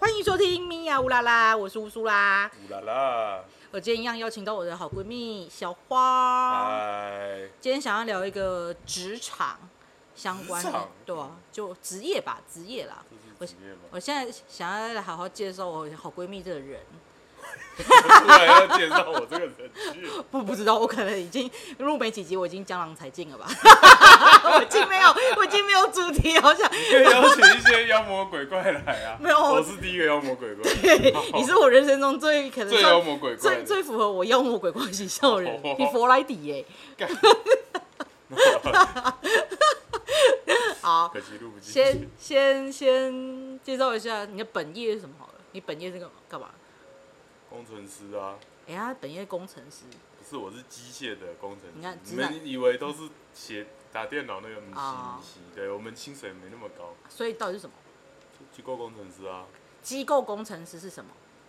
欢迎收听咪呀乌拉拉，我是乌苏拉。 乌拉拉， 我今天一样邀请到我的好闺蜜小花。 嗨， 今天想要聊一个职场相关的， 职场对啊，就职业吧，职业啦。 这是职业吗？ 我现在想要来好好介绍我好闺蜜这个人。 突然要介绍我这个人去， 不知道，我可能已经录没几集，我已经江郎才尽了吧？我已经没有主题，好像。 可以邀请一些妖魔鬼怪来啊！ 没有我是第一个妖魔鬼怪。 你是我人生中最可能最妖魔鬼怪最符合我妖魔鬼怪形象的人，比佛莱迪耶。好， 可惜录不进去。 先介绍一下你的本业是什么好了。你本业是干嘛？ 工程师啊， 哎呀，本业工程师。 不是，我是机械的工程师。 你看你们以为都是打电脑那个米西，对我们薪水没那么高。 所以到底是什么？ 机构工程师啊。 机构工程师是什么？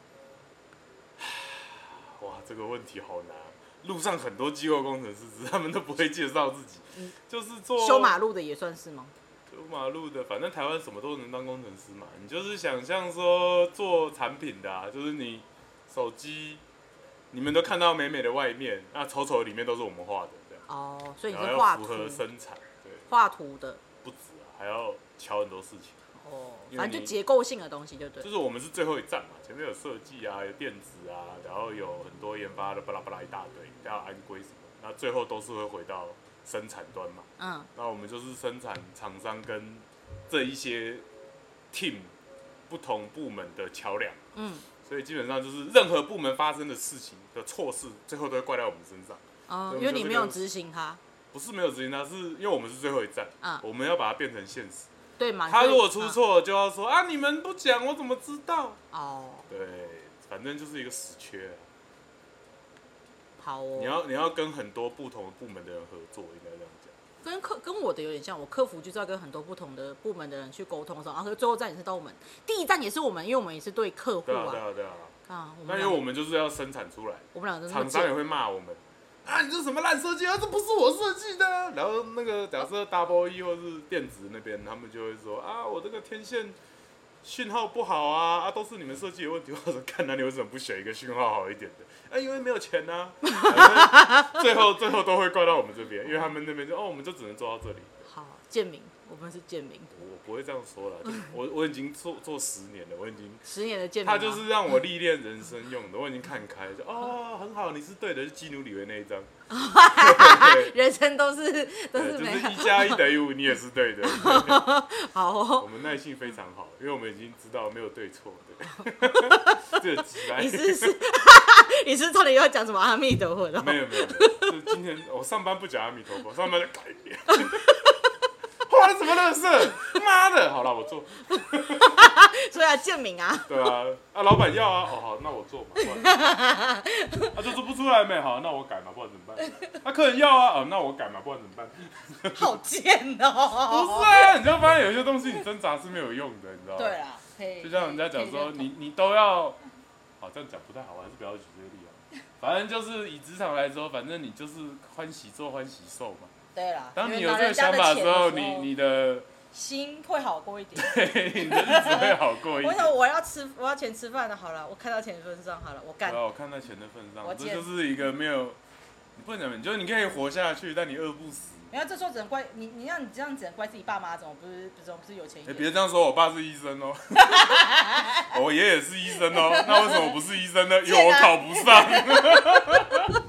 哇，这个问题好难。路上很多机构工程师，只是他们都不会介绍自己，就是做修马路的也算是吗？ 修马路的，反正台湾什么都能当工程师嘛。你就是想象说做产品的啊，就是你手机，你们都看到美美的外面，那丑丑的里面都是我们画的，这样。 哦，所以你然是画图， 后要符合生产，对， 画图的。 不止啊，还要瞧很多事情。 哦， 因为反正就结构性的东西，就对。 就是我们是最后一站嘛，前面有设计啊，有电子啊，然后有很多研发的巴拉巴拉一大堆，还有安规什么，那最后都是会回到生产端嘛。 嗯。 那我们就是生产厂商跟这一些 team 不同部门的桥梁。嗯。所以基本上就是任何部门发生的事情的错事，最后都会怪在我们身上。 哦，因为你没有执行它。 不是没有执行它，是因为我们是最后一站，我们要把它变成现实。 对嘛？ 他如果出错，就要说啊，你们不讲，我怎么知道？哦，对，反正就是一个死缺啊。 好哦。 你要跟很多不同部门的人合作，应该这样讲。跟我的有点像，我客服就是要跟很多不同的部门的人去沟通的时候，然后最后站也是到我们，第一站也是我们，因为我们也是对客户啊。 对啊。那因为我们就是要生产出来， 我们俩厂商也会骂我们。啊！你这什么烂设计啊！这不是我设计的。然后那个假设 Double E 或是电子那边，他们就会说啊，我这个天线讯号不好啊，都是你们设计的问题。我说，看那你为什么不选一个讯号好一点的？因为没有钱啊。最后都会怪到我们这边，因为他们那边就我们就只能做到这里。 好，贱民，我们是贱民。 我不会这样说啦，我已经做10年了，我已经 10年的贱民。 他就是让我历练人生用的，我已经看开，就很好，你是对的，就基努里维那一张。 人生都是就是1+1=5，你也是对的。 好哦， 我们耐性非常好，因为我们已经知道没有对错的。这个直白。 你是到底要讲什么阿弥陀佛的？ 没有，就今天我上班不讲阿弥陀佛，上班就改变。画的什么垃圾？妈的！好了，我做。 所以要证明啊。 对啊，老板要啊，好，那我做嘛。就做不出来没？好，那我改嘛，不然怎么办？客人要啊，那我改嘛，不然怎么办？ 好贱哦！ 不是啊，你就发现有些东西你挣扎是没有用的，你知道吗？ 对啦， 就像人家讲说，你都要，好，这样讲不太好，还是不要举这个例啊。反正就是以职场来说，反正你就是欢喜做欢喜受嘛。 对啦， 当你有这个想法之后，你的心会好过一点。 对，你的日子会好过一点。 我想我要钱吃饭的，好了，我看到钱的份上，好了，我干。 我看在钱的份上，这就是一个没有，你不能讲，就是你可以活下去，但你饿不死。 你看这时候只能怪你，你这样只能怪自己爸妈，怎么不是有钱一点？ 别这样说，我爸是医生哦，我爷爷是医生哦，那为什么不是医生呢？因为我考不上。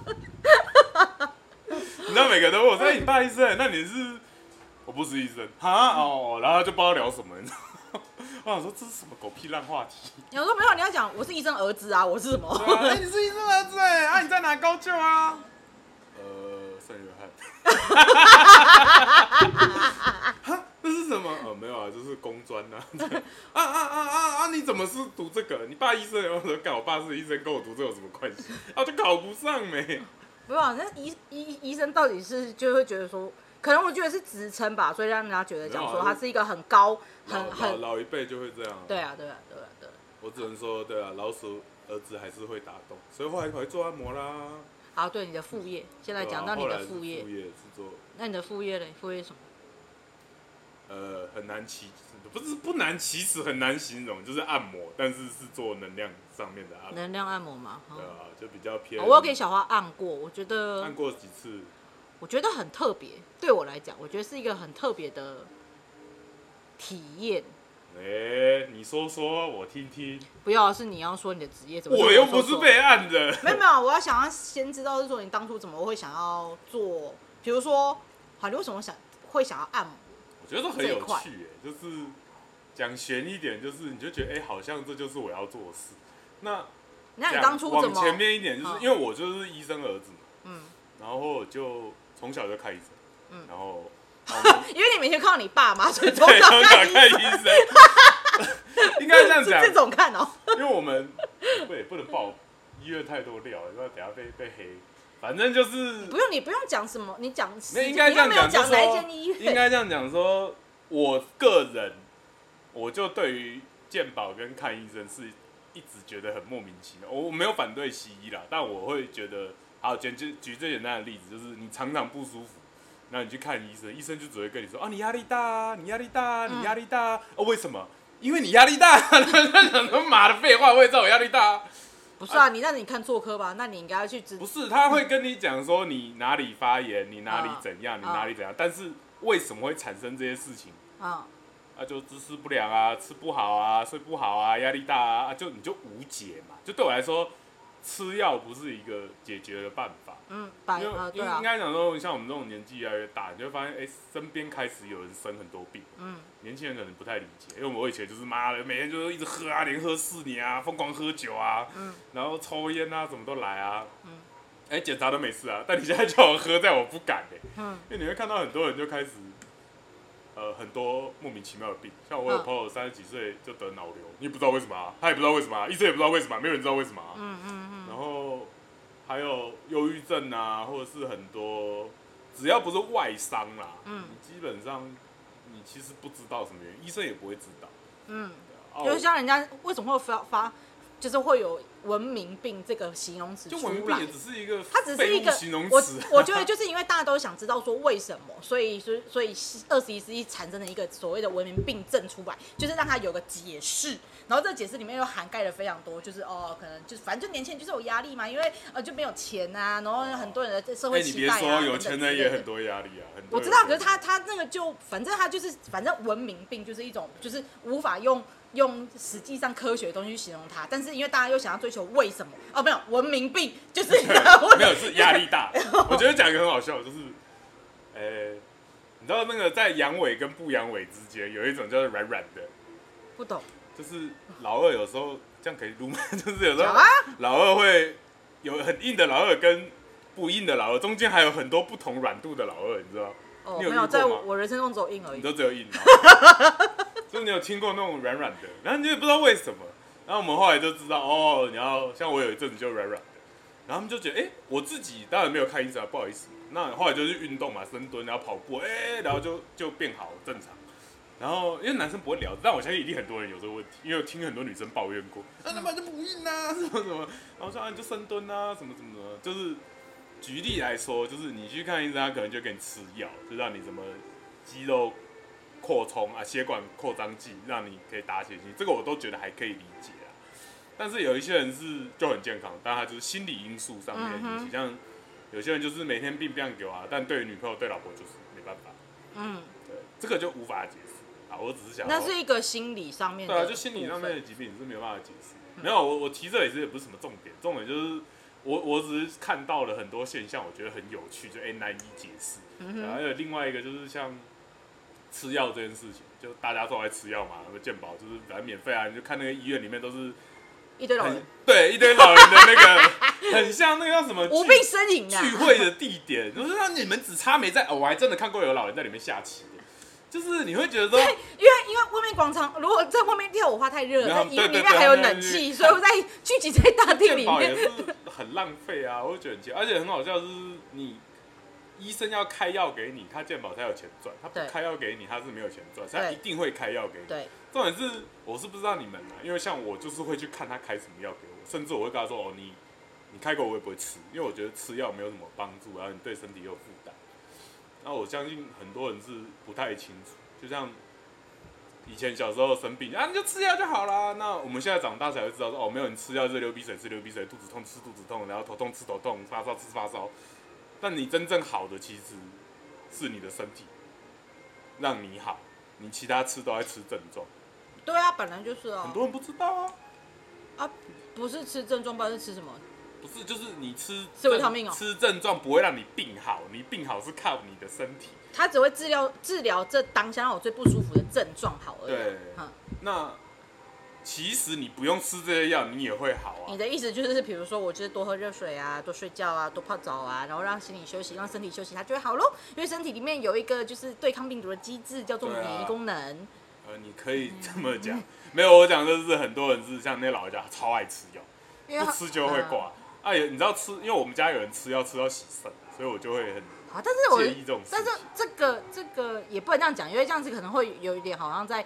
你知道每个人都问我说：“你爸医生，那你是？”我不是医生哈哦，然后就不知道聊什么，你知道吗？我想说这是什么狗屁烂话题。 你说没有，你要讲我是医生儿子啊，我是什么？ 你是医生儿子你在哪高就啊？圣约翰。哈，那是什么？没有啊，就是工专啊。你怎么是读这个？你爸医生，我说干，我爸是医生，跟我读这有什么关系？就考不上没。 没有，那医生到底是就会觉得说，可能我觉得是职称吧，所以让人家觉得讲说他是一个很高老一辈就会这样。 对啊。 我只能说，对啊，老鼠儿子还是会打洞，所以后来跑去做按摩啦。 好，对你的副业，现在讲到你的副业。 副业是做。 那你的副业嘞？副业是什么？ 很难不难启齿，很难形容，就是按摩，但是是做能量上面的按摩。 能量按摩嘛， 对啊，就比较偏。 我有给小花按过，我觉得按过几次， 我觉得很特别，对我来讲，我觉得是一个很特别的体验。 你说说我听听。 不要，是你要说你的职业怎么？ 我又不是被按的。 没有，我要先知道是说你当初怎么会想要做，比如说，好，你为什么会想要按摩？ 我觉得很有趣就是讲玄一点，就是你就觉得好像这就是我要做的事。那你当初怎么？ 往前面一点，就是因为我就是医生儿子嘛，然后我就从小就看医生，然后。 因为你每天看到你爸嘛，所以从小看医生，应该这样讲。 这种看哦， 因为我们不能爆医院太多料，不然等下被黑。反正就是你不用讲什么，你讲那应该这样讲， 讲哪一间医院？ 应该这样讲说，我个人我就对于健保跟看医生是一直觉得很莫名其妙。我没有反对西医啦，但我会觉得，好，举最简单的例子，就是你常常不舒服。那你去看医生，医生就只会跟你说：“啊，你压力大啊，你压力大啊，你压力大啊。”为什么？因为你压力大。他讲说妈的废话，我也知道我压力大啊。 不是啊，那你看错科吧？那你应该要去不是，他会跟你讲说你哪里发炎，你哪里怎样，你哪里怎样。但是为什么会产生这些事情？就姿势不良啊，吃不好啊，睡不好啊，压力大啊，你就无解嘛。就对我来说，吃药不是一个解决的办法。因为应该讲说，像我们这种年纪越来越大，你就会发现，身边开始有人生很多病。年轻人可能不太理解，因为我以前就是妈的，每天就是一直喝啊，连喝4年啊，疯狂喝酒啊，然后抽烟啊，什么都来啊。检查都没事啊，但你现在叫我喝，但我不敢因为你会看到很多人就开始，很多莫名其妙的病，像我有朋友30几岁就得脑瘤，你也不知道为什么他也不知道为什么医生也不知道为什么没有人知道为什么然后。还有忧郁症啊，或者是很多，只要不是外伤啦，你基本上你其实不知道什么原因，医生也不会知道。 就是像人家为什么会就是会有文明病这个形容词出来， 就文明病也只是一个， 它只是一个形容词。 我觉得就是因为大家都想知道说为什么，所以21世纪产生了一个所谓的文明病症出来，就是让它有个解释。然后这个解释里面又涵盖了非常多，就是可能就是反正就年轻人就是有压力嘛，因为就没有钱啊，然后很多人的社会期待啊。 你别说，有钱人也很多压力啊。 我知道，可是他那个反正文明病就是一种就是无法用实际上科学的东西去形容它，但是因为大家又想要追求为什么没有文明病就是没有是压力大。我觉得讲一个很好笑，就是你知道那个在阳痿跟不阳痿之间有一种叫做软软的， 不懂。 就是老二有时候这样可以撸吗？就是有时候老二会有很硬的老二跟不硬的老二，中间还有很多不同软度的老二，你知道？ 没有，在我人生中只有硬而已。 你都只有硬。就是你有听过那种软软的，然后你也不知道为什么，然后我们后来就知道你要像我有一阵子就软软的，然后他们就觉得我自己当然没有看医生啊，不好意思。那后来就是运动嘛，深蹲，然后跑步，然后就变好正常。然后因为男生不会聊，但我相信一定很多人有这个问题，因为我听很多女生抱怨过，他妈就不硬啊，什么什么，然后说你就深蹲啊，什么什么的，就是举例来说，就是你去看医生，他可能就给你吃药，就让你什么肌肉扩充啊，血管扩张剂，让你可以打血清，这个我都觉得还可以理解啦。但是有一些人是就很健康，但他就是心理因素上面的引起，像有些人就是每天病给我啊，但对女朋友对老婆就是没办法，对，这个就无法解释。我只是想， 那是一个心理上面的， 对啊，就心理上面的疾病是没有办法解释。没有，我提这也是不是什么重点，重点就是我只是看到了很多现象，我觉得很有趣，就难以解释。还有另外一个就是像吃药这件事情，就大家都爱吃药嘛，健保就是反正免费啊，你就看那个医院里面都是一堆老人， 对，一堆老人的那个很像那个叫什么无病呻吟啊， 聚会的地点，就是让你们只差没在，我还真的看过有老人在里面下棋。就是你会觉得说， 因为外面广场如果在外面跳舞的话太热了，在医院里面还有冷气，所以我在聚集在大厅里面也是很浪费啊，我会觉得很奇怪，而且很好笑，就是你医生要开药给你，他健保才有钱赚，他不开药给你，他是没有钱赚，所以他一定会开药给你。 对， 重点是我是不知道你们啊，因为像我就是会去看他开什么药给我，甚至我会跟他说你开给我也不会吃，因为我觉得吃药没有什么帮助，然后你对身体有负担。那我相信很多人是不太清楚， 就像以前小时候生病啊，你就吃药就好啦。那我们现在长大才会知道说，哦，没有，你吃药是流鼻水吃流鼻水，肚子痛吃肚子痛，然后头痛吃头痛，发烧吃发烧。但你真正好的其实是你的身体让你好，你其他吃都在吃症状。 对啊，本来就是啊。 很多人不知道啊。 啊，不是吃症状，不然是吃什么？ 不是，就是你吃维他命哦。 吃症状不会让你病好，你病好是靠你的身体。 它只会治疗这当下让我最不舒服的症状好而已。 对，那其实你不用吃这些药，你也会好啊。 你的意思就是，比如说，我就是多喝热水啊，多睡觉啊，多泡澡啊，然后让心理休息，让身体休息，它就会好咯。因为身体里面有一个就是对抗病毒的机制，叫做免疫功能。 你可以这么讲，没有我讲的是很多人是像那些老人家超爱吃药，不吃就会挂。你知道吃，因为我们家有人吃药吃到洗肾，所以我就会很介意这种事情。 但是这个也不能这样讲，因为这样子可能会有一点好像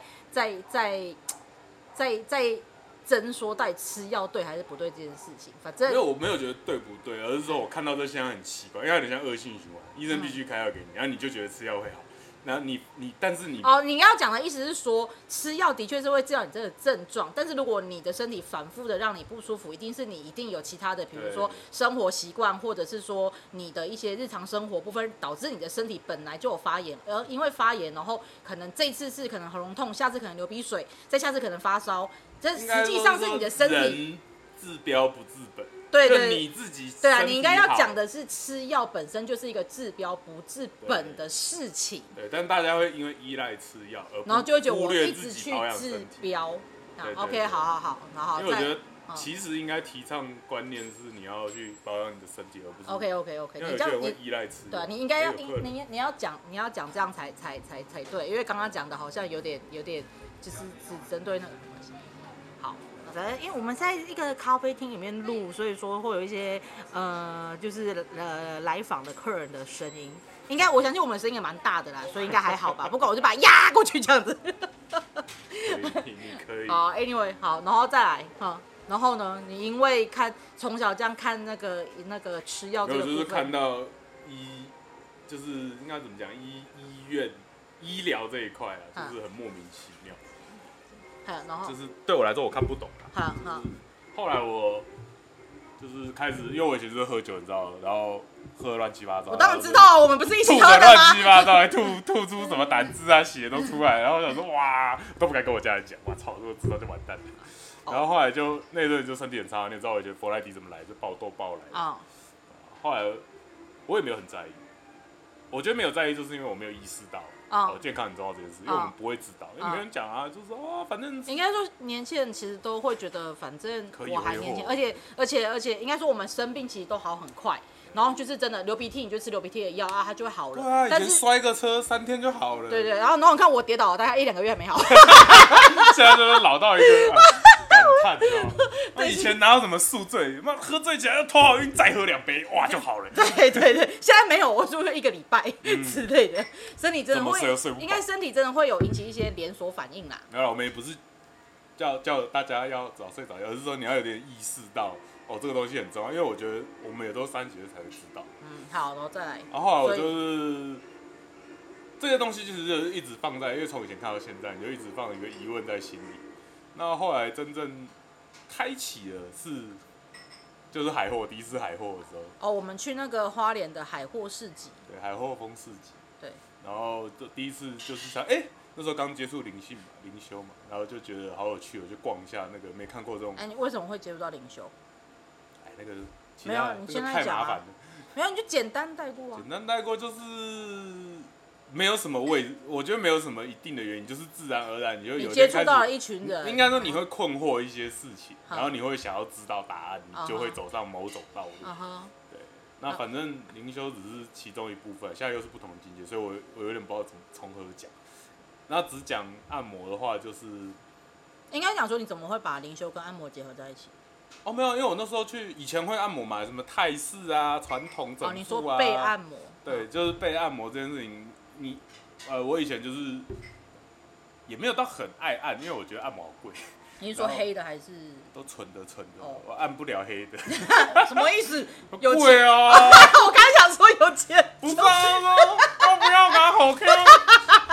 在争说到底吃药对还是不对这件事情。反正因为我没有觉得对不对，而是说我看到这现象很奇怪，因为有点像恶性循环，医生必须开药给你，然后你就觉得吃药会好。然后但是你你要讲的意思是说，吃药的确是会治疗你这个症状，但是如果你的身体反复的让你不舒服，一定是你一定有其他的，比如说生活习惯，或者是说你的一些日常生活部分导致你的身体本来就有发炎，而因为发炎，然后可能这一次是可能喉咙痛，下次可能流鼻水，再下次可能发烧，这实际上是你的身体人治标不治本。 对， 你自己对啊，你应该要讲的是吃药本身就是一个治标不治本的事情。 对，但大家会因为依赖吃药而然后就会觉得忽我一直略自己去治保养身体。 标。 对 OK， 好，然后因为我觉得其实应该提倡观念是你要去保养你的身体，而不是 OK。 因为有些人会依赖吃药。 对，你应该要你要讲这样才对，因为刚刚讲的好像有点就是只针对那个东西。好。因为我们在一个咖啡厅里面录，所以说会有一些就是来访的客人的声音。应该我相信我们的声音也蛮大的啦，所以应该还好吧。不管我就把它压过去这样子。 你可以。 好 ，Anyway， 好，然后再来然后呢，你因为从小这样看那个吃药这个部分， 就是看到就是应该怎么讲医院医疗这一块啊，就是很莫名其妙。 然后就是对我来说我看不懂好。 后来我就是开始，因为我以前就是喝酒，你知道，然后喝乱七八糟。 我当然知道，我们不是一起喝的吗？ 吐的乱七八糟，还吐出什么胆汁啊、血都出来，然后我想说哇，都不敢跟我家人讲，哇操，如果知道就完蛋了。然后后来就那阵就身体很差，你也知道，我以前佛莱迪怎么来，就爆痘爆来。后来我也没有很在意，我觉得没有在意，就是因为我没有意识到。健康很重要这件事，因为我们不会知道，因为没人讲啊，就是说反正应该说年轻人其实都会觉得，反正我还年轻，而且应该说我们生病其实都好很快，然后就是真的流鼻涕你就吃流鼻涕的药啊，它就会好了。 对啊，以前摔个车3天就好了。 对，然后你看我跌倒了大概1-2个月还没好， 现在就是老到一个感叹，那以前哪有什么宿醉，妈喝醉起来头好晕，再喝2杯哇就好了。 对，现在没有，我住1个礼拜之类的，身体真的会，应该身体真的会有引起一些连锁反应啦。 没有，我们也不是叫大家要早睡早起，而是说你要有点意识到这个东西很重要，因为我觉得我们也都30几岁才会知道。 好，然后再来。 然后后来我就是这些东西，就是一直放在，因为从以前看到现在，你就一直放一个疑问在心里。那后来真正开启了就是海货，第一次海货的时候。 我们去那个花莲的海货市集。 对，海货风市集。 对。 然后第一次就是想，那时候刚接触灵修嘛，然后就觉得好有趣，我就逛一下那个没看过这种。 你为什么会接触到灵修？ 那个没有，你现在讲啊。没有，你就简单带过啊。 简单带过就是没有什么我觉得没有什么一定的原因，就是自然而然你就有接触到了一群人。 应该说你会困惑一些事情，然后你会想要知道答案，你就会走上某种道路。对，那反正灵修只是其中一部分，现在又是不同的境界，所以我有点不知道怎么从何讲。那只讲按摩的话，就是应该讲说你怎么会把灵修跟按摩结合在一起？ 没有，因为我那时候以前会按摩嘛，什么泰式啊、传统整复啊。 你说被按摩？ 对，就是被按摩这件事情，我以前就是也没有到很爱按，因为我觉得按摩好贵。 你是说黑的还是？ 都纯的，我按不了黑的。 什么意思？ 有贵啊！ 我刚才想说有钱。 不是啊，我不要拿好看。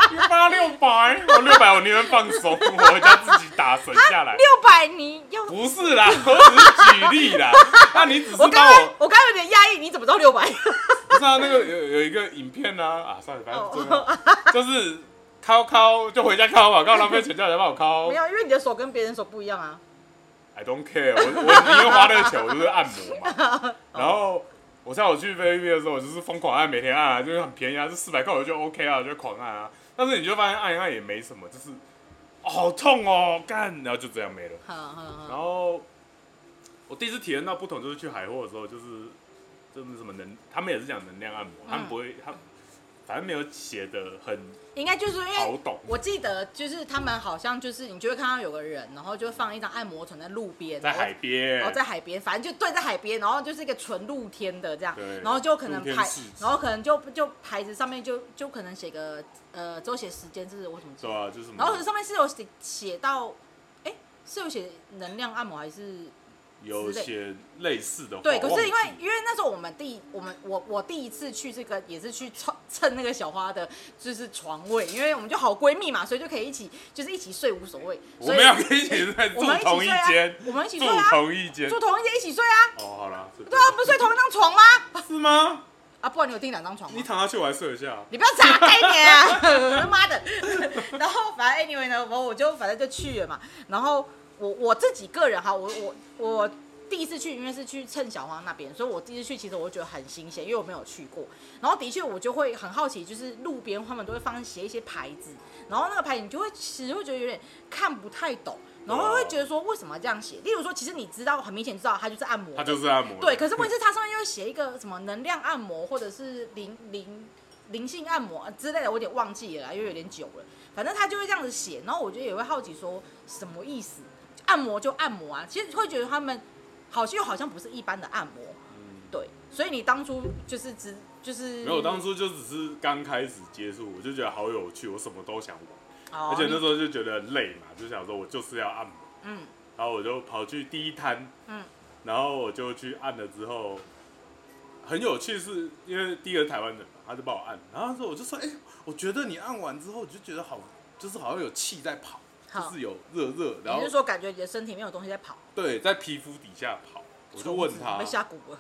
你发600，我600我宁愿放松，我回家自己打省下来。 600你要不是啦，我只是举例啦。那你只是帮我刚有点压抑，你怎么知道600？ 不是啊，那个有一个影片啊，算了，反正不重要，就是敲就回家敲嘛，干嘛浪费钱叫人帮我敲？ 没有，因为你的手跟别人手不一样啊。 I don't care， 我宁愿花那个钱，我就是按摩嘛。然后我去菲律宾的时候，我就是疯狂按，每天按啊，就是很便宜啊，就400块我就 OK 啊，我就狂按啊。但是你就发现按一按也没什么，就是好痛哦，干，然后就这样没了。然后我第一次体验到不同，就是去海货的时候，就是什么他们也是讲能量按摩，他们不会反正没有写的很， 应该就是因为好懂。 我记得就是他们好像就是你就会看到有个人，然后就放一张按摩床在路边， 在海边， 然后在海边，反正就对在海边，然后就是一个纯露天的这样，然后就可能然后可能就牌子上面就可能写个只有写时间，这是我怎么知道？ 对啊，就是什么。 然后上面是有写到，是有写能量按摩还是？ 有些类似的话， 对，可是因为那时候我第一次去这个也是去蹭那个小花的，就是床位，因为我们就好闺蜜嘛，所以就可以一起睡无所谓。 我们要一起睡，住同一间， 我们一起睡啊， 住同一间一起睡啊。 哦，好啦， 对啊，不是睡同一张床吗？ 是吗？ 啊，不然你有订2张床吗？ 你躺下去我还睡得下。 你不要岔开点啊！他妈的！然后反正 anyway 呢，我就反正就去了嘛。然后我自己个人哈，我第一次去，因为是去蹭小花那边，所以我第一次去，其实我觉得很新鲜，因为我没有去过。然后的确，我就会很好奇，就是路边他们都会写一些牌子，然后那个牌子你就会其实会觉得有点看不太懂，然后会觉得说为什么这样写？例如说，其实你知道，很明显知道它就是按摩， 它就是按摩。 对，可是问题是它上面又会写一个什么能量按摩，或者是灵性按摩之类的，我有点忘记了啦，因为有点久了。反正他就会这样子写，然后我觉得也会好奇说什么意思？按摩就按摩啊，其实会觉得他们好像不是一般的按摩，对，所以你当初就是没有，当初就只是刚开始接触，我就觉得好有趣，我什么都想玩，而且那时候就觉得很累嘛，就想说我就是要按摩，然后我就跑去第一摊，然后我就去按了之后，很有趣是因为第一个是台湾人嘛，他就帮我按，然后他说我就说，我觉得你按完之后，我就觉得就是好像有气在跑。就是有热，然后你是说感觉你的身体没有东西在跑？ 对，在皮肤底下跑。我就问他， 被下蛊了。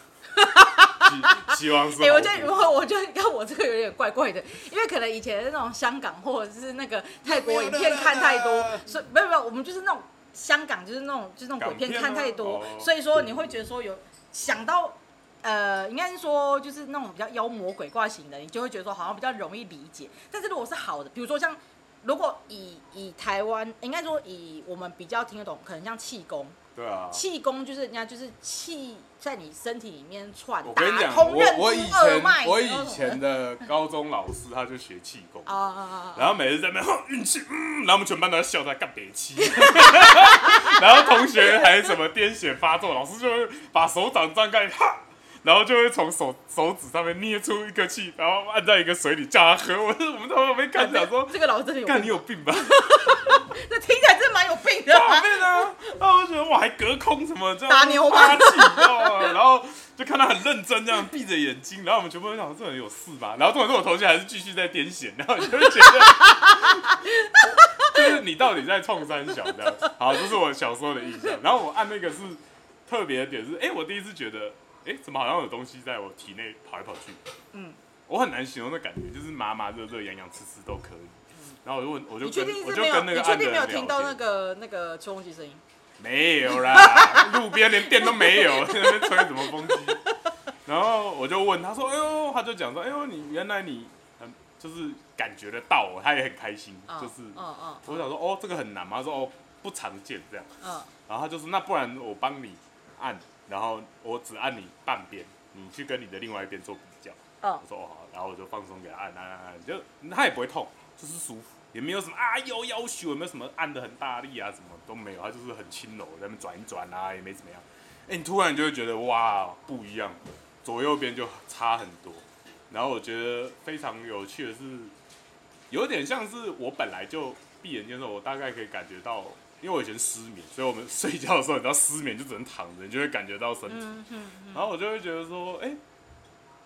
希望是。 我觉得我这个有点怪怪的，因为可能以前那种香港或者是那个泰国影片看太多，所以没有，我们就是那种香港就是那种鬼片看太多，所以说你会觉得说有想到。应该是说就是那种比较妖魔鬼怪型的，你就会觉得说好像比较容易理解。但是如果是好的，比如说像。如果以台湾，应该说以我们比较听得懂，可能像气功。 对啊。 气功就是人家就是气在你身体里面窜， 我跟你讲，我以前的高中老师他就学气功然后每次在那边运气，然后我们全班都在笑他干北气，然后同学还什么癫痫发作，老师就会把手掌张开，然后就会从手指上面捏出一个气，然后按在一个水里叫他喝。我们在旁边看，讲说这个老师真的有病， 干你有病吧？ 这听起来真的蛮有病的。 有病啊！然后我就觉得哇，还隔空什么这样打牛发气，然后就看他很认真这样闭着眼睛，然后我们全部人想这人有事吧？然后重点是我同学还是继续在癫痫，然后你就会觉得，就是你到底在冲三小这样。好，这是我小时候的印象。然后我按那个是特别的点是，我第一次觉得。怎么好像有东西在我体内跑来跑去？我很难形容那感觉，就是麻麻热热、痒痒、刺刺都可以。然后我就跟那个你确定没有听到那个吹风机声音？ 没有啦，路边连电都没有，在那边吹什么风机？然后我就问他说：“他就讲说，原来你就是感觉得到他也很开心，就是我想说这个很难吗？他说不常见这样。然后他就说那不然我帮你按。”然后我只按你半边，你去跟你的另外一边做比较。我说好，然后我就放松给他按，就他也不会痛，就是舒服，也没有什么要求，也没有什么按得很大力啊，什么都没有，他就是很轻柔，在那边转一转啊，也没怎么样。你突然就会觉得哇不一样，左右边就差很多。然后我觉得非常有趣的是，有点像是我本来就闭眼睛的时候，我大概可以感觉到。因为我以前失眠，所以我们睡觉的时候，你知道失眠就只能躺着，你就会感觉到身体。然后我就会觉得说，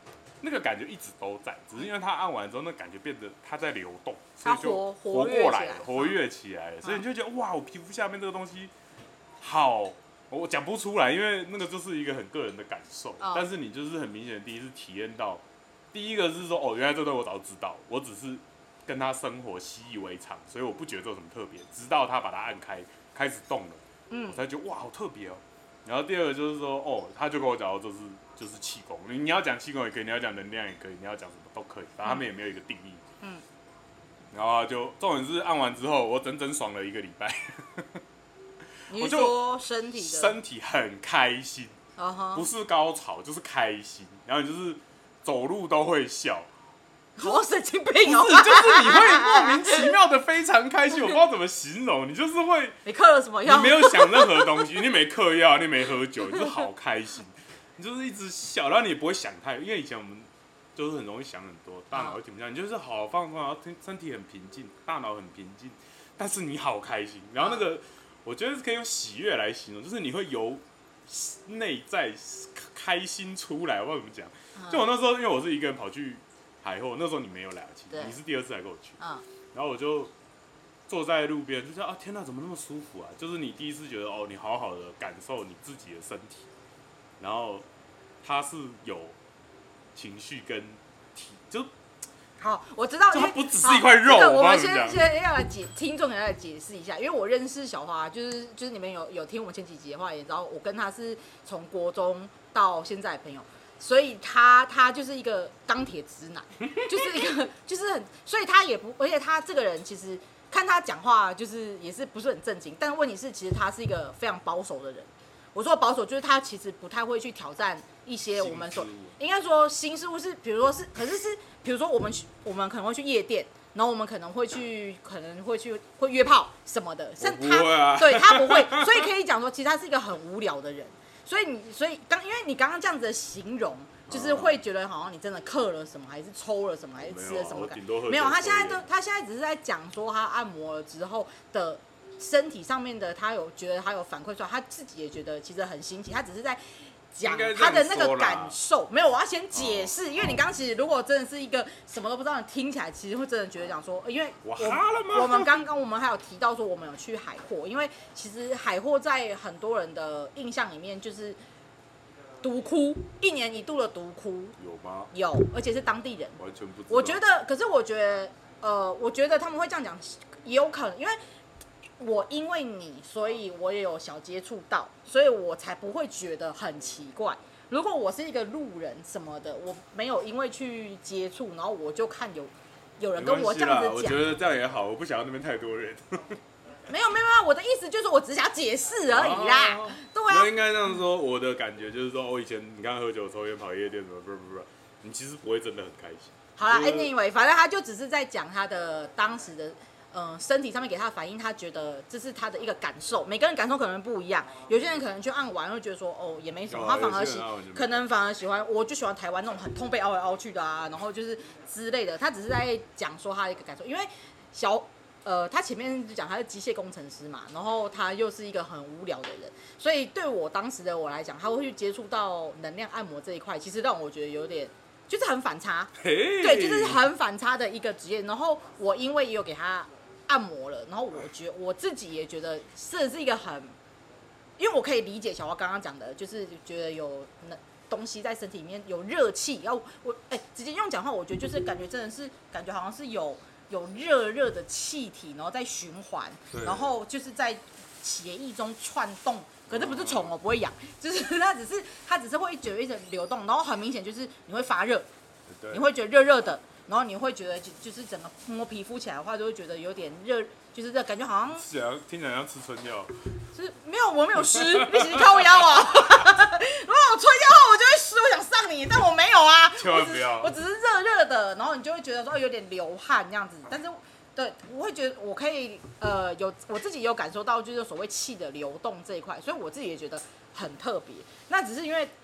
那个感觉一直都在，只是因为它按完之后，那感觉变得它在流动，所以就活过来了，活跃起来了，所以你就觉得哇，我皮肤下面这个东西好，我讲不出来，因为那个就是一个很个人的感受，但是你就是很明显第一次体验到，第一个是说哦，原来这东西我早就知道，我只是跟他生活习以为常，所以我不觉得这有什么特别，直到他把它按开，开始动了，我才觉得哇，好特别哦。然后第二个就是说，哦，他就跟我讲到就是气功，你要讲气功也可以，你要讲能量也可以，你要讲什么都可以，反正他们也没有一个定义。然后就重点是按完之后，我整整爽了1个礼拜。 你是说身体的？ 身体很开心，不是高潮就是开心，然后你就是走路都会笑。 好神经病哦！ 不是，就是你会莫名其妙的非常开心，我不知道怎么形容，你就是会。 你嗑了什么药？ 你没有想任何东西，你没嗑药，你没喝酒，你就好开心，你就是一直笑，然后你也不会想太，因为以前我们就是很容易想很多，大脑会停不下，你就是好放松，然后身体很平静，大脑很平静，但是你好开心，然后那个我觉得是可以用喜悦来形容，就是你会由内在开心出来，我不知道怎么讲。就我那时候，因为我是一个人跑去海后，那时候你没有来，其实你是第2次来跟我去，然后我就坐在路边，就觉得啊天哪，怎么那么舒服啊？就是你第一次觉得哦，你好好的感受你自己的身体，然后它是有情绪跟体，就好，我知道， 它不只是一块肉。 我们先要来听众要来解释一下，因为我认识小花，就是你们有听我们前几集的话，也知道我跟他是从国中到现在的朋友。所以他就是一个钢铁直男，就是一个就是很，所以他也不，而且他这个人其实看他讲话就是也是不是很正经，但问题是其实他是一个非常保守的人。我说保守就是他其实不太会去挑战一些我们所应该说新事物是，比如说是，可是是比如说我们可能会去夜店，然后我们可能会约炮什么的，像他对他不会，所以可以讲说其实他是一个很无聊的人。所以因为你刚刚这样子的形容，就是会觉得好像你真的嗑了什么，还是抽了什么，还是吃了什么感觉？没有，他现在只是在讲说他按摩了之后的身体上面的，他有觉得他有反馈出来，他自己也觉得其实很新奇，他只是在讲他的那个感受。没有，我要先解释，因为你刚其实如果真的是一个什么都不知道，你听起来其实会真的觉得讲说，因为我们刚刚我们还有提到说我们有去海货，因为其实海货在很多人的印象里面就是毒窟，1年1度的毒窟。 有吗？ 有，而且是当地人。 完全不知道。 我觉得，可是我觉得他们会这样讲，也有可能，因为我因为你，所以我也有小接触到，所以我才不会觉得很奇怪。如果我是一个路人什么的，我没有因为去接触，然后我就看有人跟我这样子讲， 我觉得这样也好，我不想要那边太多人。 没有，我的意思就是我只想解释而已啦。对啊， 那应该这样说，我的感觉就是说，我以前你看喝酒、抽烟、跑夜店什么，不，你其实不会真的很开心。 好啦 ，anyway， 反正他就只是在讲他的当时的。身体上面给他的反应，他觉得这是他的一个感受，每个人感受可能不一样。有些人可能去按完会觉得说，哦，也没什么，他反而可能反而喜欢，我就喜欢台湾那种很痛被凹来凹去的啊，然后就是之类的。他只是在讲说他的一个感受，因为他前面就讲他是机械工程师嘛，然后他又是一个很无聊的人，所以对我当时的我来讲，他会去接触到能量按摩这一块，其实让我觉得有点。就是很反差，对，就是很反差的一个职业。然后我因为也有给他按摩了，然后我自己也觉得这是一个很，因为我可以理解小花刚刚讲的，就是觉得有东西在身体里面有热气，然后直接用讲话，我觉得就是感觉真的是感觉好像是有热的气体，然后在循环，然后就是在血液中窜动。可是不是虫哦，不会痒，就是它只是会觉得一直流动，然后很明显就是你会发热，你会觉得热热的，然后你会觉得就是整个摸皮肤起来的话，就会觉得有点热，就是热感觉好像听起来像吃春药， 就是没有我没有湿，你只是靠腰啊。如果我春药的话，我就会湿，我想上你，但我没有啊， 千万不要， 我只是热热的，然后你就会觉得说有点流汗这样子，但是。对，我会觉得我可以我自己有感受到就是所谓气的流动这一块，所以我自己也觉得很特别。那只是因为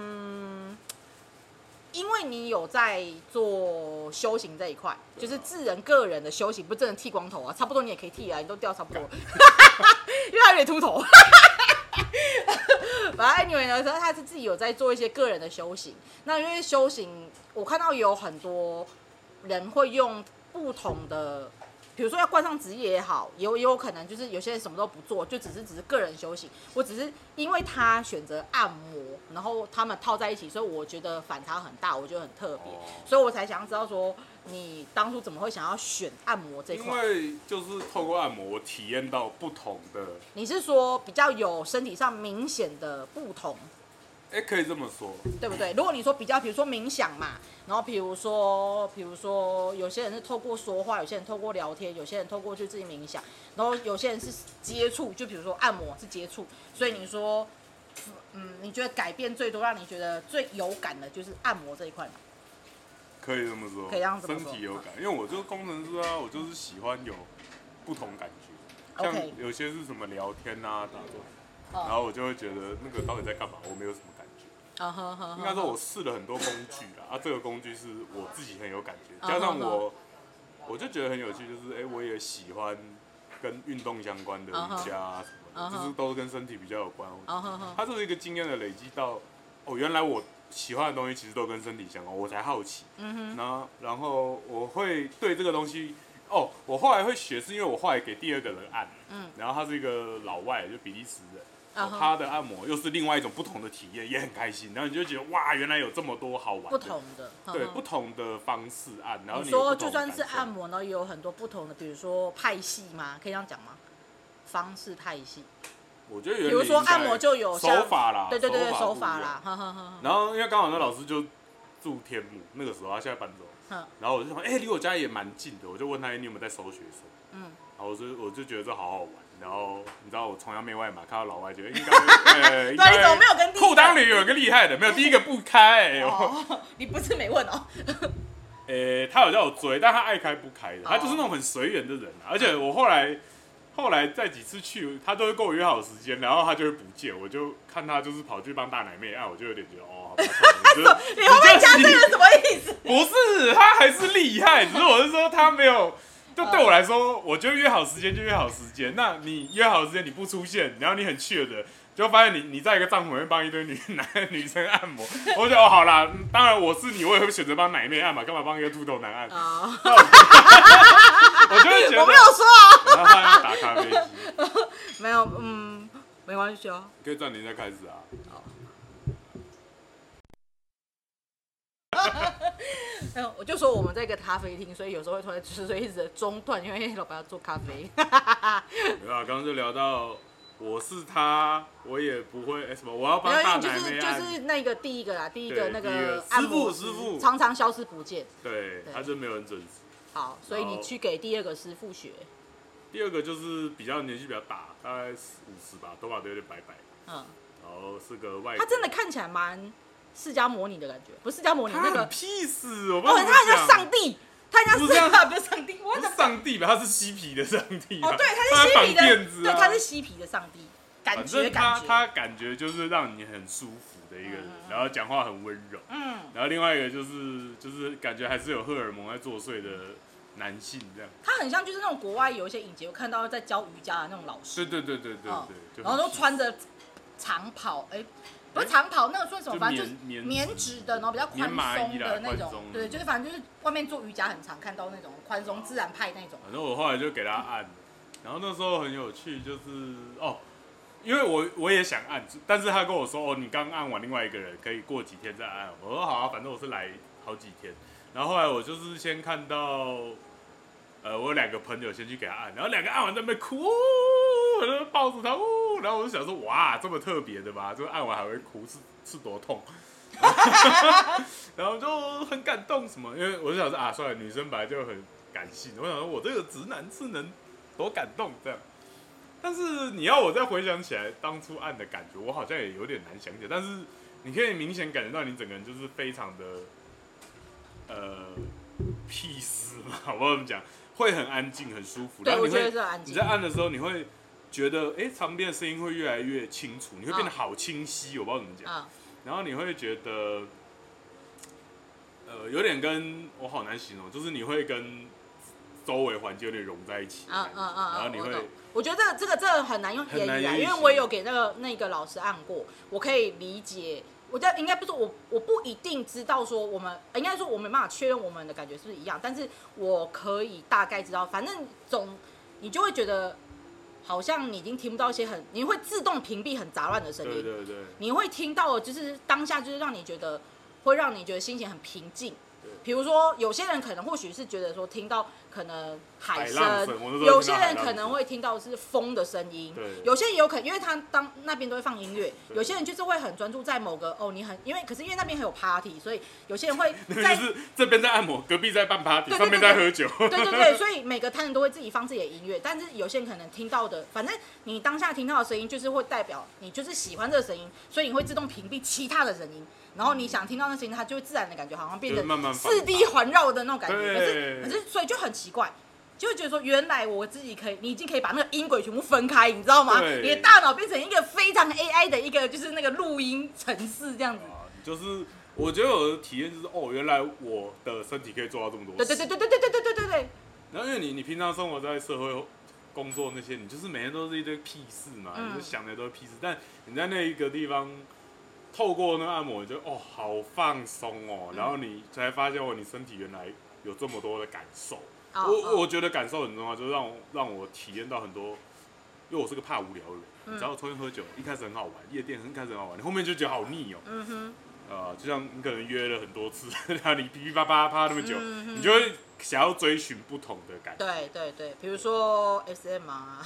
因为你有在做修行这一块，就是自人个人的修行，不是真的剃光头啊，差不多你也可以剃啊，你都掉差不多，因为他有点秃头。 反正 anyway 呢，他是自己有在做一些个人的修行。那因为修行，我看到有很多人会用不同的，比如说要冠上职业也好，也有可能就是有些人什么都不做，就只是个人修行。我只是因为他选择按摩，然后他们套在一起，所以我觉得反差很大，我觉得很特别，所以我才想要知道说，你当初怎么会想要选按摩这一块？ 因为就是透过按摩，我体验到不同的。 你是说比较有身体上明显的不同？ 可以这么说， 对不对？如果你说比较，比如说冥想嘛，然后比如说有些人是透过说话，有些人透过聊天，有些人透过去自己冥想，然后有些人是接触，就比如说按摩是接触，所以你说，你觉得改变最多，让你觉得最有感的就是按摩这一块嘛？ 可以这么说， 可以这样子身体有感，因为我就是工程师啊，我就是喜欢有不同感觉，像有些是什么聊天啊、打坐，然后我就会觉得那个到底在干嘛，我没有什么感觉。应该说，我试了很多工具啦，这个工具是我自己很有感觉，加上我就觉得很有趣，就是我也喜欢跟运动相关的瑜伽啊什么的，就是都跟身体比较有关。它就是一个经验的累积到，原来我喜欢的东西其实都跟身体相关，我才好奇。然后我会对这个东西，我后来会学，是因为我后来给第二个人按，然后他是一个老外，就比利时人。他的按摩又是另外一种不同的体验，也很开心。然后你就觉得哇，原来有这么多好玩的， 不同的， 对，不同的方式按。然后你说就算是按摩呢，也有很多不同的，比如说派系吗？可以这样讲吗？方式派系。 我觉得比如说按摩就有手法啦， 对，手法啦。 然后因为刚好那老师就住天母，那个时候他现在搬走，然后我就想，离我家也蛮近的，我就问他，你有没有在收学生？然后我就觉得这好好玩。然后你知道我崇洋媚外嘛，看到老外觉得应该， 对，你怎么没有跟裤裆里有一个厉害的？没有，第一个不开。 你不是没问哦。 他有叫我追，但他爱开不开的，他就是那种很随缘的人。而且我后来再几次去，他都会跟我约好时间，然后他就会不见，我就看他就是跑去帮大奶妹按，我就有点觉得好吧。 你后面加这个什么意思？ 不是，他还是厉害，只是我是说他没有。就对我来说，我就约好时间就约好时间。那你约好时间你不出现，然后你很去的，就发现你在一个帐篷里面帮一堆女生按摩。我就觉得好啦，当然我是你，我也会选择帮奶妹按嘛，干嘛帮一个秃头男按？我就会觉得我没有说啊。 然后他要打咖啡机。 没有，没关系哦。 可以暂停再开始啊。 我就说我们在一个咖啡厅，所以有时候会突然就是一直中断，因为老板要做咖啡。 没有啊，刚刚就聊到我是他，我也不会什么，我要帮大奶妹按。 就是那个第一个啦，第一个那个按摩师傅常常消失不见。 对，他就没有人准时。 好，所以你去给第二个师傅学。 第二个就是比较年纪比较大，大概50吧，头发都有点白白。然后是个外国。 他真的看起来蛮释迦摩尼的感觉，不是释迦摩尼那个屁事，我不知道。 他很像上帝，他很像不是上帝， 不是上帝吧？他是嬉皮的上帝。 对，他是嬉皮的，对，他是嬉皮的上帝， 感觉他感觉就是让你很舒服的一个人，然后讲话很温柔。然后另外一个就是感觉还是有荷尔蒙在作祟的男性这样。 他很像就是那种国外有一些影集，我看到在教瑜伽的那种老师。 对。 然后都穿着长袍，不是长袍，那个算什么？反正就是棉质的，然后比较宽松的那种。对，就是反正就是外面做瑜伽很常看到那种宽松自然派那种。 反正我后来就给他按，然后那时候很有趣，就是因为我也想按，但是他跟我说你刚按完，另外一个人可以过几天再按。我说好啊，反正我是来好几天。然后后来我就是先看到，我有2个朋友先去给他按，然后2个按完在那边哭，我就抱住他，然后我就想说哇，这么特别的吧？就按完还会哭，是多痛？然后就很感动什么，因为我就想说算了，女生本来就很感性，我想说我这个直男是能多感动这样。但是你要我再回想起来当初按的感觉，我好像也有点难想起来。但是你可以明显感觉到你整个人就是非常的peace 嘛，我不知道怎么讲，会很安静很舒服。 对，我觉得是安静。 你在按的时候，你会觉得旁边的声音会越来越清楚，你会变得好清晰，我不知道怎么讲。然后你会觉得有点跟我好难形容，就是你会跟周围环境有点融在一起，然后你会， 我觉得这个很难用言语来，因为我也有给那个老师按过，我可以理解。我应该不是我不一定知道说我们应该说我没办法确认我们的感觉是不是一样，但是我可以大概知道，反正你就会觉得好像你已经听不到一些你会自动屏蔽很杂乱的声音， 对， 你会听到就是当下就是会让你觉得心情很平静。比如说，有些人可能或许是觉得说听到可能海声，有些人可能会听到是风的声音，有些人有可能因为他那边都会放音乐，有些人就是会很专注在某个可是因为那边还有 party， 所以有些人会在就是这边在按摩，隔壁在办 party， 上面在喝酒， 对，所以每个摊人都会自己放自己的音乐，但是有些人可能听到的，反正你当下听到的声音就是会代表你就是喜欢这个声音，所以你会自动屏蔽其他的声音。然后你想听到那声音，它就会自然的感觉好像变成4D 环绕的那种感觉，可是所以就很奇怪，就会觉得说原来你已经可以把那个音轨全部分开，你知道吗？你的大脑变成一个非常 AI 的一个就是那个录音程式这样子。 就是我觉得我的体验就是原来我的身体可以做到这么多事。 对。 然后因为你平常生活在社会工作那些，你就是每天都是一堆屁事嘛，你就想的都是屁事，但你在那一个地方。透过那个按摩，你就好放松哦，然后你才发现你身体原来有这么多的感受。我觉得感受很重要，就是让我体验到很多，因为我是个怕无聊的人。你知道抽烟喝酒一开始很好玩，夜店一开始很好玩，你后面就觉得好腻哦。就像你可能约了很多次，然后你噼噼啪啪啪那么久，你就会想要追寻不同的感觉。 对，比如说 SM 啊。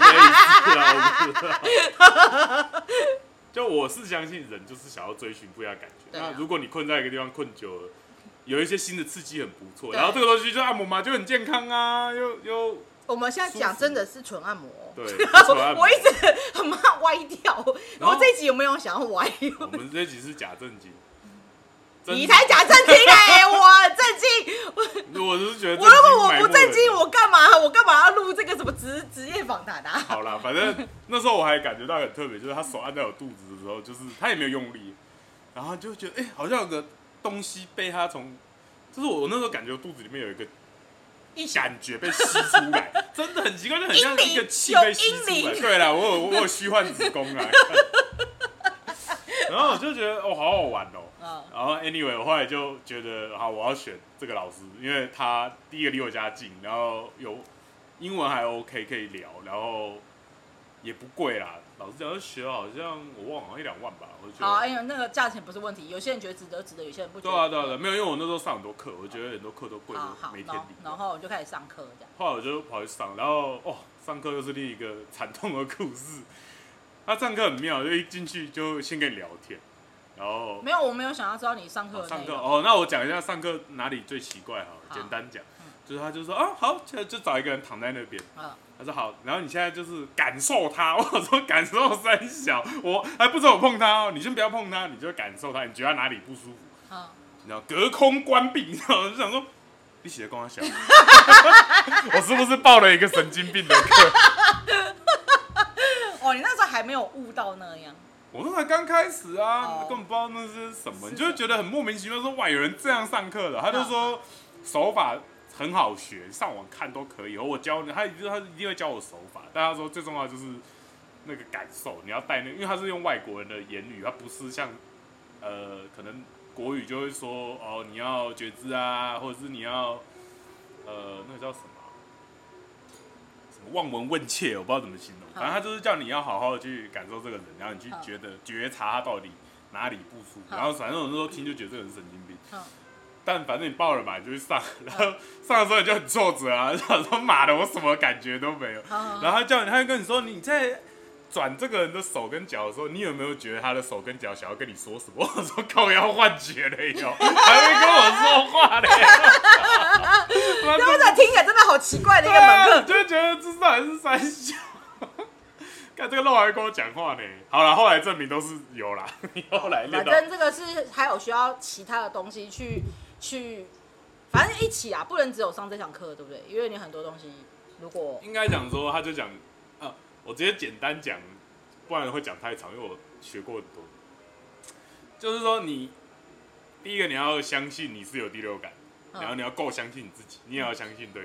就我是相信人就是想要追寻不一样的感觉。那如果你困在一个地方困久了，有一些新的刺激很不错。然后这个东西就按摩嘛，就很健康啊，又。 我们现在讲真的是纯按摩。 对，纯按摩。 我一直很怕歪掉。我这一集有没有想要歪？ 我们这一集是假正经。 你才假正经我正经。 我是觉得， 如果我不正经，我干嘛要录这个什么职业访谈啊？ 好啦，反正那时候我还感觉到很特别，就是他手按在我肚子的时候，就是他也没有用力，然后就觉得好像有个东西被他就是我那时候感觉肚子里面有一个感觉被吸出来，真的很奇怪，就很像一个气被吸出来。对啦，我有虚幻子宫啊。然后我就觉得好好玩哦。然后 anyway 我后来就觉得好，我要选这个老师，因为他第一个离我家近，然后有英文还 OK 可以聊，然后也不贵啦。老师讲学好像我忘了1-2万吧，我就觉得好，因为那个价钱不是问题，有些人觉得值得，有些人不觉得。 对啊，没有，因为我那时候上很多课，我觉得很多课都贵，没天理。 然后我就开始上课这样。 后来我就跑去上，然后上课又是另一个惨痛的故事。他上课很妙，就一进去就先跟你聊天。然后没有，我没有想要知道你上课的内容。 那我讲一下上课哪里最奇怪好，简单讲，就是他就说好，就找一个人躺在那边，他说好，然后你现在就是感受他，我说感受三小，我还不知道我碰他你先不要碰他，你就感受他，你觉得他哪里不舒服，你知道隔空关闭，你知道我就想说你写的跟我小，我是不是报了一个神经病的课？ 你那时候还没有悟到那样。 我那才刚开始啊，根本不知道那是什么，你就会觉得很莫名其妙，说哇，有人这样上课的，他就说手法很好学，上网看都可以。我教你，他一定会教我手法，但他说最重要就是那个感受，你要带因为他是用外国人的言语，他不是像可能国语就会说你要觉知啊，或者是你要那个叫什么？望闻问切，我不知道怎么形容，反正他就是叫你要好好的去感受这个人，然后你去觉察他到底哪里不舒服，然后反正我那时候听就觉得这个人是神经病，但反正你报了嘛，你就去上，然后上的时候你就很挫折啊，想说妈的我什么感觉都没有，然后他就跟你说你在转这个人的手跟脚的时候，你有没有觉得他的手跟脚想要跟你说什么？我说靠腰幻觉了哟，还没跟我说话嘞。 真的听起来真的好奇怪的一个门课， 就觉得这到底是三小。看这个肉还跟我讲话呢。好了，后来证明都是有啦。后来反正这个是还有需要其他的东西去，反正一起啊，不能只有上这堂课，对不对？因为你很多东西如果应该讲说，他就讲我直接简单讲，不然会讲太长，因为我学过很多。就是说，第一个你要相信你是有第六感，然后你要够相信你自己，你也要相信对方。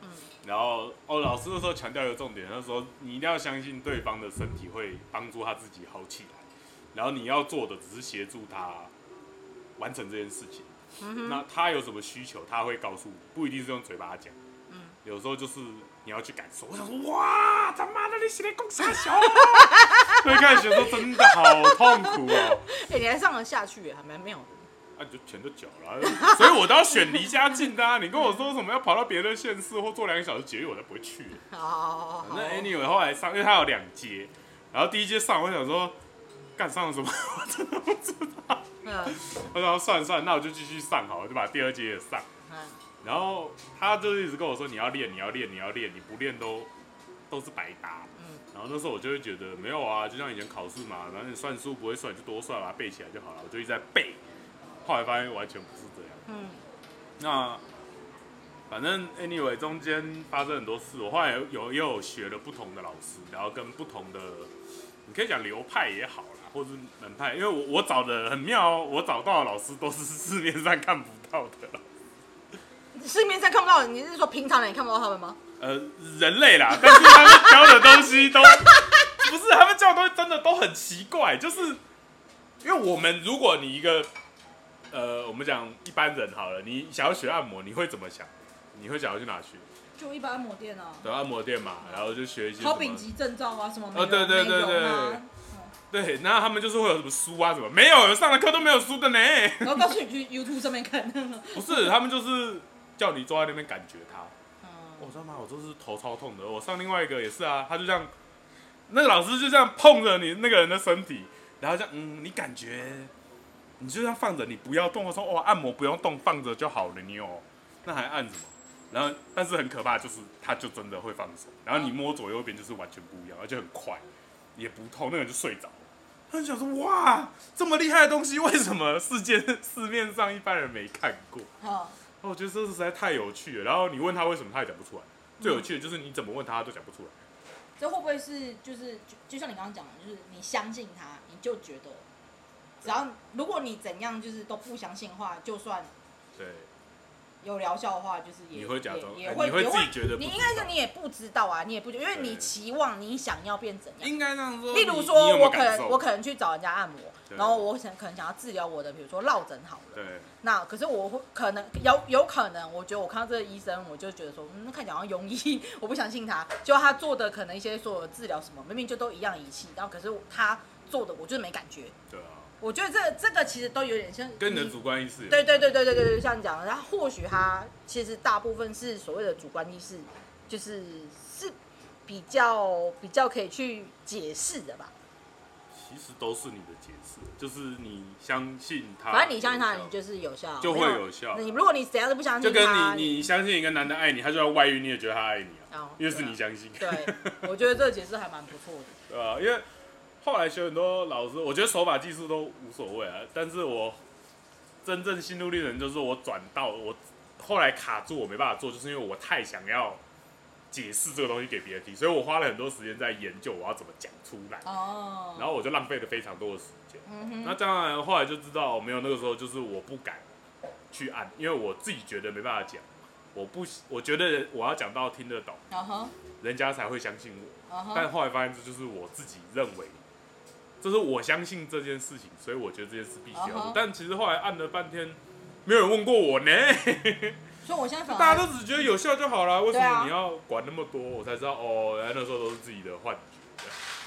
然后老师那时候强调一个重点，他说你一定要相信对方的身体会帮助他自己好起来，然后你要做的只是协助他完成这件事情。那他有什么需求，他会告诉你，不一定是用嘴巴讲。有时候就是你要去感受。我想说，哇，他妈的，你是在讲啥小？所以开始学说真的好痛苦哦。 你还上得下去，还蛮妙的。 啊，你就钱都缴了，所以我都要选离家近的啊。你跟我说什么要跑到别的县市或坐2个小时捷运，我才不会去。 好。 那 anyway 后来上，因为它有2阶，然后第1阶上，我想说，干上了什么？我真的不知道。我想说算了，那我就继续上好了，就把第2阶也上。然后他就一直跟我说，你要练，你不练都是白搭。然后那时候我就会觉得没有啊，就像以前考试嘛，反正你算数不会算你就多算，把它背起来就好了。我就一直在背。后来发现完全不是这样。那反正 anyway 中间发生很多事，我后来也有学了不同的老师，然后跟不同的，你可以讲流派也好啦，或是门派，因为我找的很妙哦，我找到的老师都是市面上看不到的。 市面上看不到，你是说平常人也看不到他们吗？ 人类啦，但是他们教的东西都不是，他们教的东西真的都很奇怪，就是因为我们如果你一个。我们讲一般人好了，你想要学按摩，你会怎么想？你会想要去哪学？ 就一般按摩店啊。 对，按摩店嘛，然后就学一些。 考丙级证照啊，什么？ 对。对，然后他们就是会有什么书啊什么，没有上的课都没有书的呢。 然后告诉你去 YouTube 上面看。 不是，他们就是叫你坐在那边感觉它。我知道吗？我就是头超痛的。我上另外一个也是啊，他就这样，那个老师就这样碰着你那个人的身体，然后这样，你感觉。你就这样放着，你不要动。我说哇，按摩不用动，放着就好了。你那还按什么？然后，但是很可怕，就是它就真的会放手。然后你摸左右边就是完全不一样，而且很快，也不痛，那个人就睡着了。他就想说哇，这么厉害的东西，为什么市面上一般人没看过？我觉得这实在太有趣了。然后你问他为什么，他也讲不出来。最有趣的就是你怎么问他，他都讲不出来。 这会不会是就像你刚刚讲的，就是你相信他，你就觉得。只要如果你怎样就是都不相信的话，就算对有疗效的话，就是你会假装， 也会你会自己觉得， 你应该是你也不知道啊，你也不觉得，因为你期望你想要变怎样， 应该这样说。 例如说，我可能去找人家按摩，然后我可能想要治疗我的，比如说落枕好了。 对。 那可是我会可能有可能，我觉得我看到这个医生，我就觉得说，那看起来好像庸医，我不相信他。就他做的可能一些所有的治疗什么，明明就都一样仪器，然后可是他做的我就是没感觉。 对啊。 我觉得这个其实都有点像跟你的主观意识。 对，像你讲的，然后或许他其实大部分是所谓的主观意识，就是比较可以去解释的吧。 其实都是你的解释，就是你相信他， 反正你相信他，你就是有效， 就会有效。 如果你怎样都不相信他，就跟你相信一个男的爱你，他就要外遇，你也觉得他爱你啊，因为是你相信。 对，我觉得这个解释还蛮不错的。 对啊，因为后来学很多老师，我觉得手法技术都无所谓啊，但是我真正心路历程就是我转到我后来卡住，我没办法做，就是因为我太想要解释这个东西给别人听，所以我花了很多时间在研究我要怎么讲出来。哦。然后我就浪费了非常多的时间。那当然后来就知道没有，那个时候就是我不敢去按，因为我自己觉得没办法讲，我觉得我要讲到听得懂，人家才会相信我。但后来发现这就是我自己认为。就是我相信这件事情，所以我觉得这件事必须要做。但其实后来按了半天，没有人问过我呢。 所以我现在大家都只觉得有效就好了，为什么你要管那么多？我才知道哦，原来那时候都是自己的幻觉。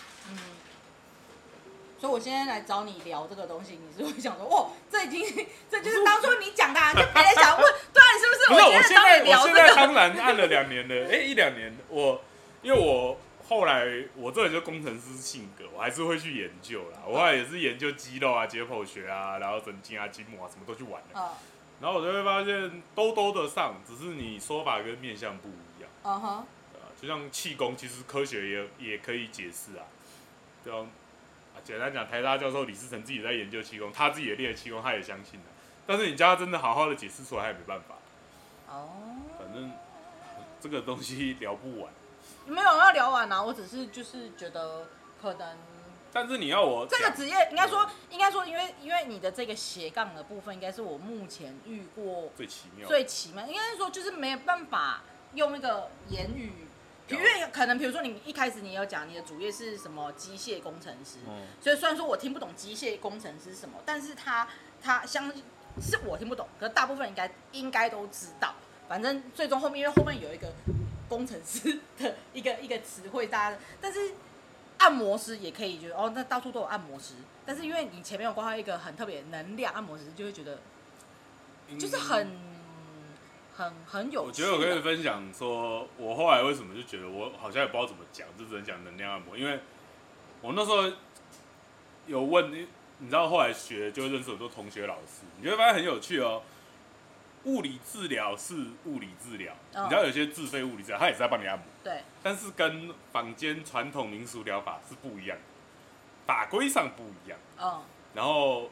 所以我现在来找你聊这个东西，你是会想说，哦，这就是当初你讲的，就别人想问，对啊，你是不是？ 不是，我现在当然按了2年了，1-2年，因为我。后来我这人就工程师性格，我还是会去研究啦。我后来也是研究肌肉啊、解剖学啊，然后神经啊、筋膜啊，什么都去玩了。然后我就会发现都得上，只是你说法跟面向不一样。就像气功，其实科学也可以解释啊。对啊，简单讲，台大教授李世成自己在研究气功，他自己也练气功，他也相信的。但是你叫他真的好好的解释出来，他也没办法。反正这个东西聊不完。 没有要聊完啊，我只是就是觉得可能， 但是你要我这个职业应该说，因为你的这个斜杠的部分，应该是我目前遇过最奇妙， 应该是说就是没有办法用那个言语。因为可能比如说你一开始你有讲你的主业是什么机械工程师，所以虽然说我听不懂机械工程师是什么，但是他是我听不懂，可是大部分应该都知道。反正最终后面因为后面有一个工程师的一个词汇，大家但是按摩师也可以觉得哦，那到处都有按摩师，但是因为你前面有挂号一个很特别的能量按摩师，就会觉得就是很有趣。 我觉得我可以分享说，我后来为什么就觉得我好像也不知道怎么讲，就只能讲能量按摩，因为我那时候有问，你知道后来学就会认识很多同学老师，你就会发现很有趣哦。物理治疗是物理治疗，你知道有些自费物理治疗，它也是在帮你按摩， 对， 但是跟坊间传统民俗疗法是不一样的，法规上不一样。然后，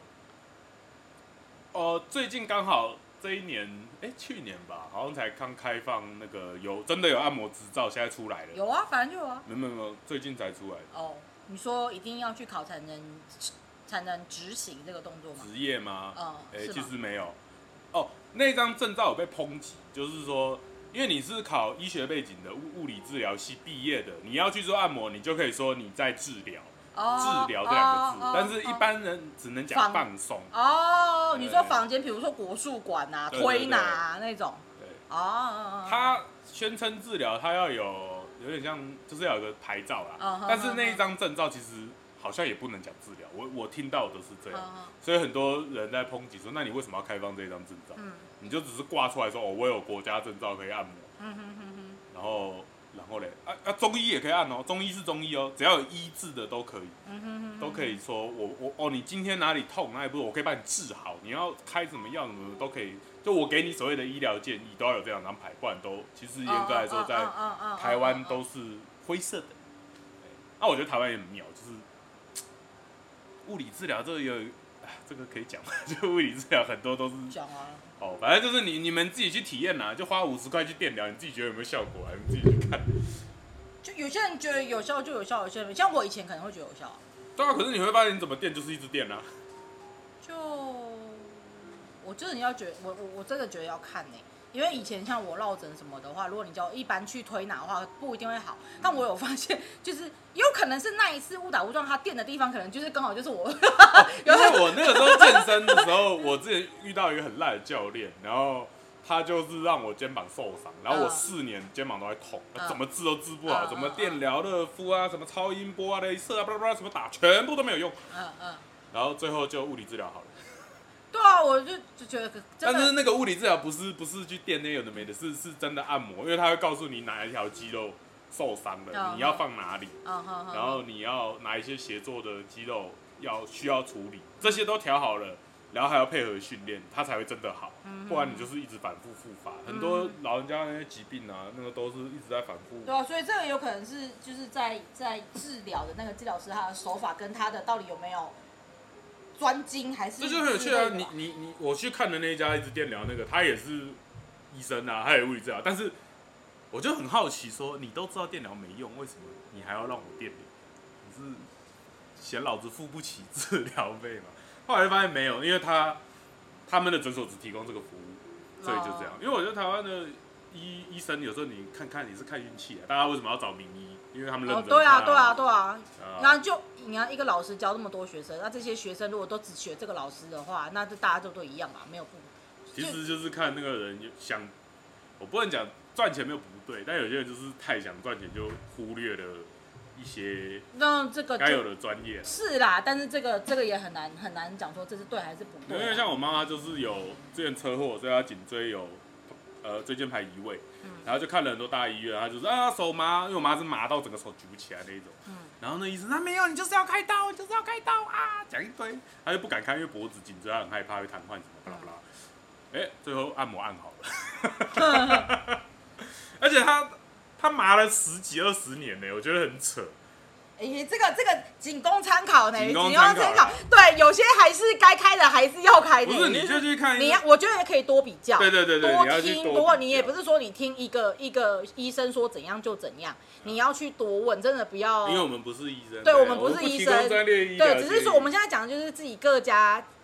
最近刚好这一年，去年吧，好像才刚开放那个真的有按摩执照，现在出来了。 有啊，反正就有啊。 没有，最近才出来的。 哦，你说一定要去考才能执行这个动作吗？ 职业吗？其实没有。那张证照有被抨击，就是说，因为你是考医学背景的物理治疗系毕业的，你要去做按摩，你就可以说你在治疗。治疗这两个字，但是一般人只能讲放松。 你说坊间，比如说国术馆啊、推拿啊那种。 对。 他宣称治疗，他要有点像，就是要有个牌照啦。但是那一张证照其实好像也不能讲治疗，我听到的是这样，所以很多人在抨击说，那你为什么要开放这一张证照？你就只是挂出来说，我有国家证照可以按摩。然后嘞，中医也可以按哦，中医是中医哦，只要有医治的都可以，都可以说你今天哪里痛哪里不舒服，我可以帮你治好，你要开什么药什么都可以，就我给你所谓的医疗建议都要有这两张牌，不然都其实严格来说在台湾都是灰色的。那我觉得台湾也很妙，就是物理治疗这个可以讲吗？就物理治疗很多都是讲啊。 反正就是你们自己去体验啦，就花50块去电疗，你自己觉得有没有效果啊？你自己去看。 就有些人觉得有效就有效，有些人像我以前可能会觉得有效。 对啊，可是你会发现你怎么电就是一直电啊。 我真的要觉得我真的觉得要看呢。因为以前像我落枕什么的话，如果你叫一般去推拿的话，不一定会好。但我有发现，就是有可能是那一次误打误撞，他电的地方可能就是刚好就是我。 因为我那个时候健身的时候，我之前遇到一个很烂的教练，然后他就是让我肩膀受伤，然后我4年肩膀都在痛，怎么治都治不好，怎么电疗、热敷啊，什么超音波啊、雷射啊，什么打，全部都没有用。然后最后就物理治疗好了。 对啊，我就觉得， 但是那个物理治疗不是去电那有的没的，是真的按摩，因为他会告诉你哪一条肌肉受伤了，你要放哪里，然后你要哪一些协作的肌肉需要处理，这些都调好了，然后还要配合训练，它才会真的好，不然你就是一直反复复发。很多老人家那些疾病啊，那个都是一直在反复。 对啊，所以这个有可能是就是在治疗的那个治疗师他的手法跟他的到底有没有。专精还是？ 这就很有趣啊！我去看的那一家一直电疗那个，他也是医生啊，他也物理治疗，但是我就很好奇说，你都知道电疗没用，为什么你还要让我电疗？你是嫌老子付不起治疗费吗？后来就发现没有，因为他们的诊所只提供这个服务，所以就这样。因为我觉得台湾的医生有时候你看也是看运气啊，大家为什么要找名医？因为他们认真。 对啊。然后你看一个老师教那么多学生，那这些学生如果都只学这个老师的话，那就大家都一样嘛，没有不。 其实就是看那个人想，我不能讲赚钱没有不对，但有些人就是太想赚钱，就忽略了一些该有的专业。 是啦，但是这个也很难讲说这是对还是不对。 因为像我妈妈就是有之前车祸，所以她颈椎有椎间盘移位，然后就看了很多大医院，她就是手麻，因为我妈是麻到整个手举不起来那一种。然后那医生没有，你就是要开刀，啊，讲一堆，他就不敢开，因为脖子颈椎他很害怕会瘫痪什么巴拉巴拉。最后按摩按好了，而且他麻了10几20年呢，我觉得很扯。 这个仅供参考呢，仅供参考。对，有些还是该开的还是要开的。 不是，你就去看。 我觉得可以多比较。 对， 多听多。你也不是说你听一个医生说怎样就怎样，你要去多问，真的不要。 因为我们不是医生。 对，我们不是医生。 对， 只是说我们现在讲的就是自己各家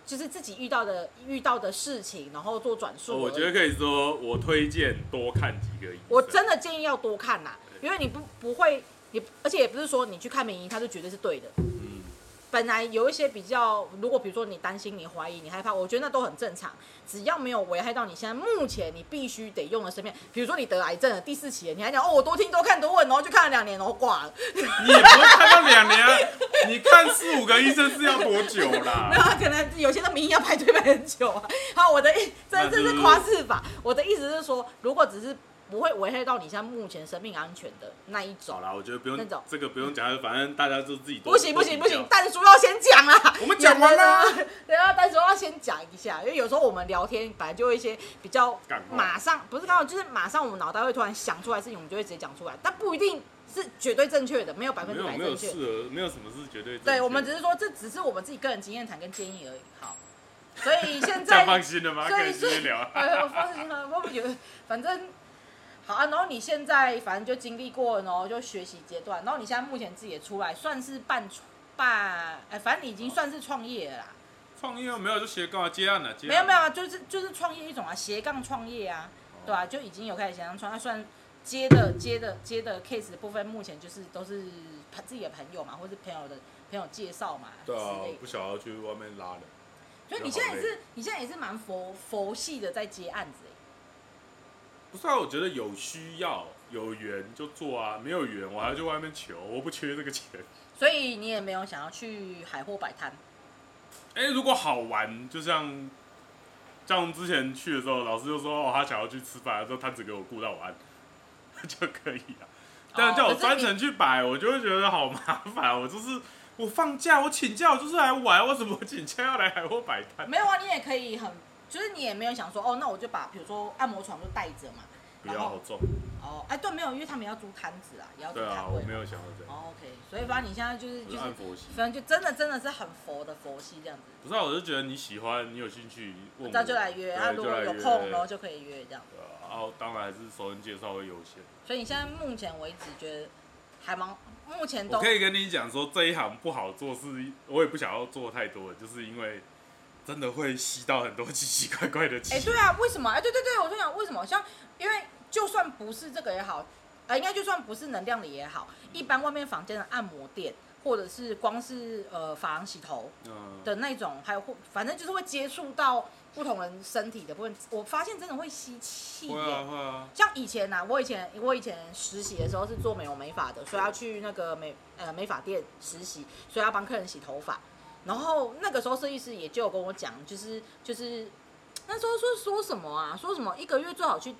就是自己遇到的事情，然后做转述。 我觉得可以说，我推荐多看几个医生。 我真的建议要多看啦，因为你不会，而且也不是说你去看名医，他就绝对是对的。本来有一些比较，如果比如说你担心、你怀疑、你害怕，我觉得那都很正常，只要没有危害到你现在目前你必须得用的生命。比如说你得癌症了第4期了，你还讲我多听多看多问，然后就看了2年，然后挂了。 你也不会看到2年啊，你看4、5个医生是要多久啦？ 没有，可能有些的名医要排队排很久啊。好，这是夸饰法。我的意思是说，如果只是不会危害到你现在目前生命安全的那一种。 好啦，我觉得不用那种这个不用讲，反正大家就自己不行，蛋叔要先讲啦。 我们讲完啦。 对啊，蛋叔要先讲一下，因为有时候我们聊天本来就会一些比较马上不是刚好就是马上我们脑袋会突然想出来的事情，我们就会直接讲出来，但不一定是绝对正确的，没有100%正确。 没有什么是绝对正确的。 对，我们只是说这只是我们自己个人经验谈跟建议而已。好。所以现在这样放心了吗？可以直接聊。 我放心了，我觉得反正好啊。然后你现在反正就经历过了，然后就学习阶段，然后你现在目前自己也出来，算是反正你已经算是创业了啦。 创业没有就斜杠接案了， 没有啊，就是创业一种啊，斜杠创业啊，对啊，就已经有开始斜杠创业，算接的 case 的部分，目前就是都是自己的朋友嘛，或是朋友介绍嘛， 对啊，不想要去外面拉的。 所以你现在也是蛮佛系的在接案子哎。 不是啊，我觉得有需要有缘就做啊，没有缘我还要去外面求，我不缺这个钱。 所以你也没有想要去海货摆摊？ 如果好玩，就像我们之前去的时候，老师就说他想要去吃饭，说摊子给我顾到晚就可以了。但叫我专程去摆，我就会觉得好麻烦。我放假，我请假，我就是来玩，为什么我请假要来海货摆摊？ 没有啊，你也可以就是你也没有想说那我就把比如说按摩床就带着嘛， 不要好重。 对，没有，因为他们要租摊子啊，也要租摊位。 对啊，我没有想到这样。 OK， 所以反正你现在就是按佛系， 反正就真的是很佛的佛系这样子。 不是啊，我就觉得你喜欢，你有兴趣问我， 那就来约。如果有空，然后就可以约这样。 当然还是熟人介绍会优先。 所以你现在目前为止觉得还目前都。 我可以跟你讲说，这一行不好做，我也不想要做太多的，就是因为真的会吸到很多奇奇怪怪的气。 对啊，为什么？对，我就想为什么？像因为就算不是这个也好，应该就算不是能量的也好，一般外面房间的按摩店，或者是光是发廊洗头的那种，还有反正就是会接触到不同人身体的部分，我发现真的会吸气耶。 会啊。 像以前啊，我以前实习的时候是做美容美发的，所以要去那个美发店实习，所以要帮客人洗头发。然后那个时候设计师也就有跟我讲，就是那时候说什么啊？说什么1个月最好去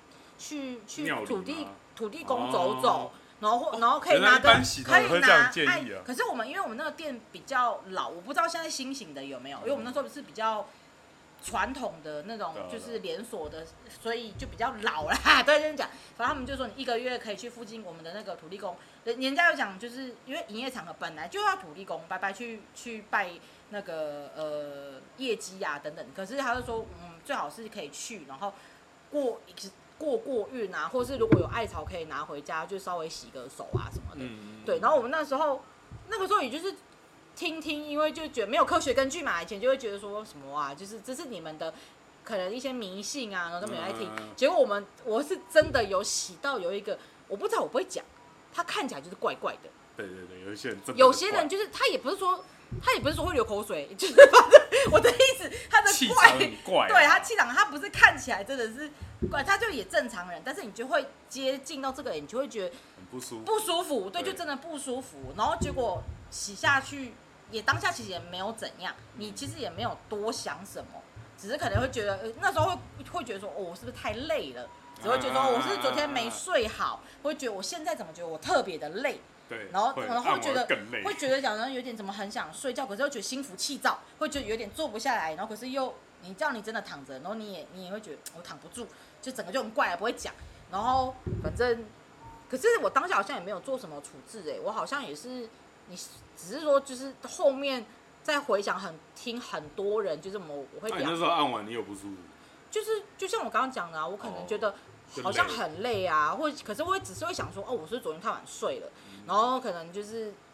土地公走走，然后可以拿个可是因为我们那个店比较老，我不知道现在新型的有没有，因为我们那时候是比较传统的那种，就是连锁的，所以就比较老啦。对，这样讲，反正他们就说你1个月可以去附近我们的那个土地公，人家有讲，就是因为营业场合本来就要土地公拜去拜那个业绩啊等等，可是他就说最好是可以去，然后过运啊，或是如果有艾草可以拿回家，就稍微洗个手啊什么的。对，然后我们那个时候也就是听，因为就觉得没有科学根据嘛，以前就会觉得说什么啊，就是这是你们的可能一些迷信啊，然后都没有在听。结果我是真的有洗到有一个，我不知道我不会讲，他看起来就是怪怪的。 对， 有些人就是他也不是说会流口水，就是反正我的意思，他的气场很怪， 对他气场，他不是看起来真的是怪，他就也正常人，但是你就会接近到这个人，你就会觉得很不舒服，对，就真的不舒服。然后结果洗下去，也当下其实也没有怎样，你其实也没有多想什么，只是可能会觉得那时候会觉得说，我是不是太累了？只会觉得说我是昨天没睡好，会觉得我现在怎么觉得我特别的累。 对， 然后会觉得讲有点怎么很想睡觉，可是又觉得心浮气躁，会觉得有点坐不下来，然后可是又你叫你真的躺着，然后你也会觉得我躺不住，就整个就很怪，不会讲。然后反正，可是我当下好像也没有做什么处置我好像也是你只是说就是后面再回想听很多人就是我会聊。 那时候按完你有不舒服？ 就像我刚刚讲的我可能觉得好像很累啊，可是我只是会想说我是昨天太晚睡了。然后可能就是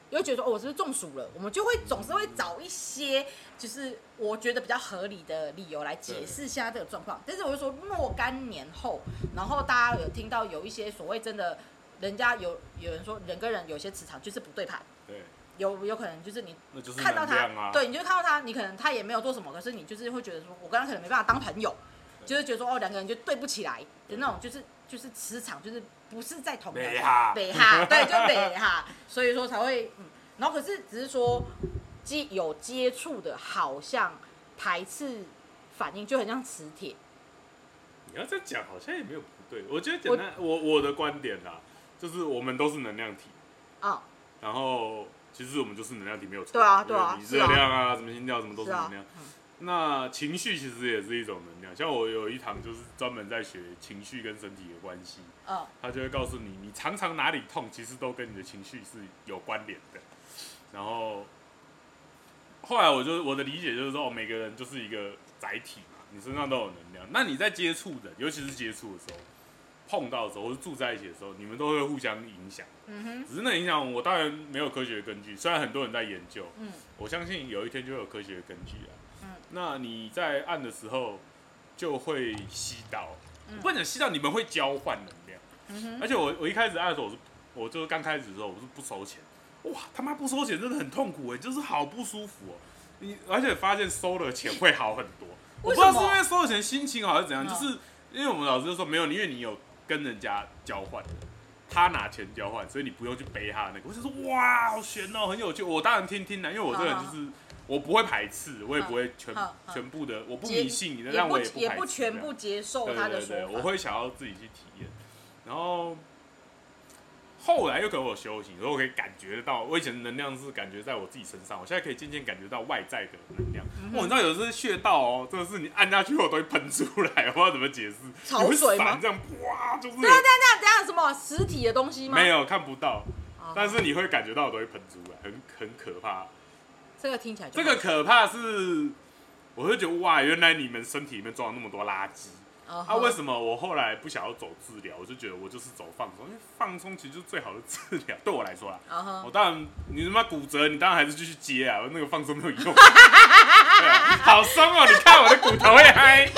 又会觉得说我是不是中暑了，我们就会总是会找一些就是我觉得比较合理的理由来解释现在这个状况。但是我就说若干年后，然后大家有听到有一些所谓真的，人家有人说人跟人有些磁场就是不对盘， 对。 有可能就是你看到他，对，你就看到他，你可能他也没有做什么，可是你就是会觉得说，我跟他可能没办法当朋友，就是觉得说两个人就对不起来的那种，就是磁场就是不是在同北哈， 对，就北哈，所以说才会然后可是只是说有接触的，好像排斥反应就很像磁铁。 你要这样讲好像也没有不对，我觉得简单，我的观点啦，就是我们都是能量体啊，然后。其实我们就是能量体，没有错。 对啊， 你热量啊，什么心跳，什么都是能量。那情绪其实也是一种能量。像我有一堂就是专门在学情绪跟身体的关系，他就会告诉你，你常常哪里痛，其实都跟你的情绪是有关联的。然后后来我的理解就是说，每个人就是一个载体嘛，你身上都有能量。那你在接触人，尤其是接触的时候。碰到的时候，或是住在一起的时候，你们都会互相影响。只是那影响，我当然没有科学根据。虽然很多人在研究，我相信有一天就会有科学根据啦。那你在按的时候，就会吸到，不能讲吸到，你们会交换能量。而且我一开始按的时候，我就是刚开始的时候，我是不收钱。哇，他妈不收钱真的很痛苦就是好不舒服哦。而且发现收了钱会好很多。我不知道是因为收了钱心情好还是怎样，就是因为我们老师就说没有，因为你有。跟人家交换，他拿钱交换，所以你不用去背他的那个。我就说哇，好悬哦，很有趣。我当然听啦，因为我这个人就是我不会排斥，我也不会全部的，我不迷信，让我也不全部接受他的说法。 我会想要自己去体验。然后后来又给我修行，所以我可以感觉得到，我以前的能量是感觉在我自己身上，我现在可以渐渐感觉到外在的能量。你知道有时穴道哦，这个是你按下去我都会喷出来，我不知道怎么解释。 潮水吗？ 这样哇，就是。 对啊，什么实体的东西吗？ 没有，看不到，但是你会感觉到都会喷出来，很可怕。 这个听起来这个可怕是，我会觉得哇，原来你们身体里面装了那么多垃圾。为什么我后来不想要走治疗？我就觉得我就是走放松，因为放松其实就是最好的治疗。对我来说啦，我当然你他妈骨折，你当然还是继续接啊，那个放松没有用。好松哦！你看我的骨头会嗨。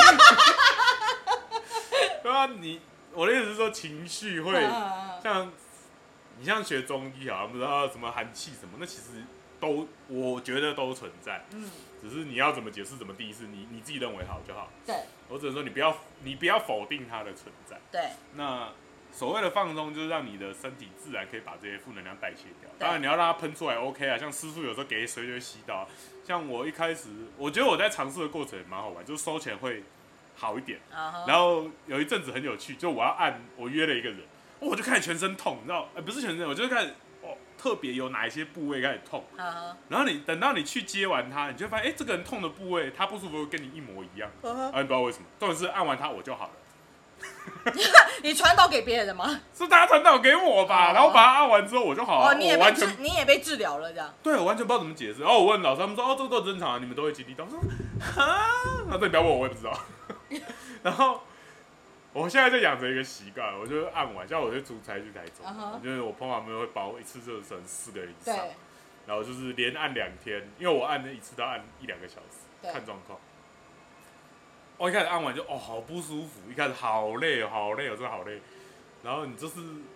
对啊，我的意思是说，情绪会像你像学中医啊，不知道什么寒气什么，那其实我觉得都存在。只是你要怎么解释、怎么定义，是你自己认为好就好。 对， 我只能说你不要否定它的存在。 对， 那所谓的放松，就是让你的身体自然可以把这些负能量代谢掉。当然你要让它喷出来 OK 啊，像师傅有时候给水就会吸到。像我一开始，我觉得我在尝试的过程也蛮好玩，就是收钱会好一点。然后有一阵子很有趣，就我约了一个人，我就开始全身痛，你知道？不是全身，我就开始特别有哪一些部位开始痛，然后等到你去接完它，你就会发现，这个人痛的部位，他不舒服跟你一模一样，你不知道为什么。重点是按完它我就好了。 你传导给别人的吗？ 是他传导给我吧，然后把它按完之后我就好了。 你也被治疗了这样？ 对，我完全不知道怎么解释。然后我问老师，他们说这个都正常，你们都会经历到。我说然后你不要问我也不知道。然后我现在就养成一个习惯，我就按完，像我去出差去台中，就是我朋友们会包一次热身4个人以上，然后就是连按2天，因为我按一次都按1-2个小时，看状况。我一开始按完就好不舒服，一开始好累哦，真的好累。然后你就是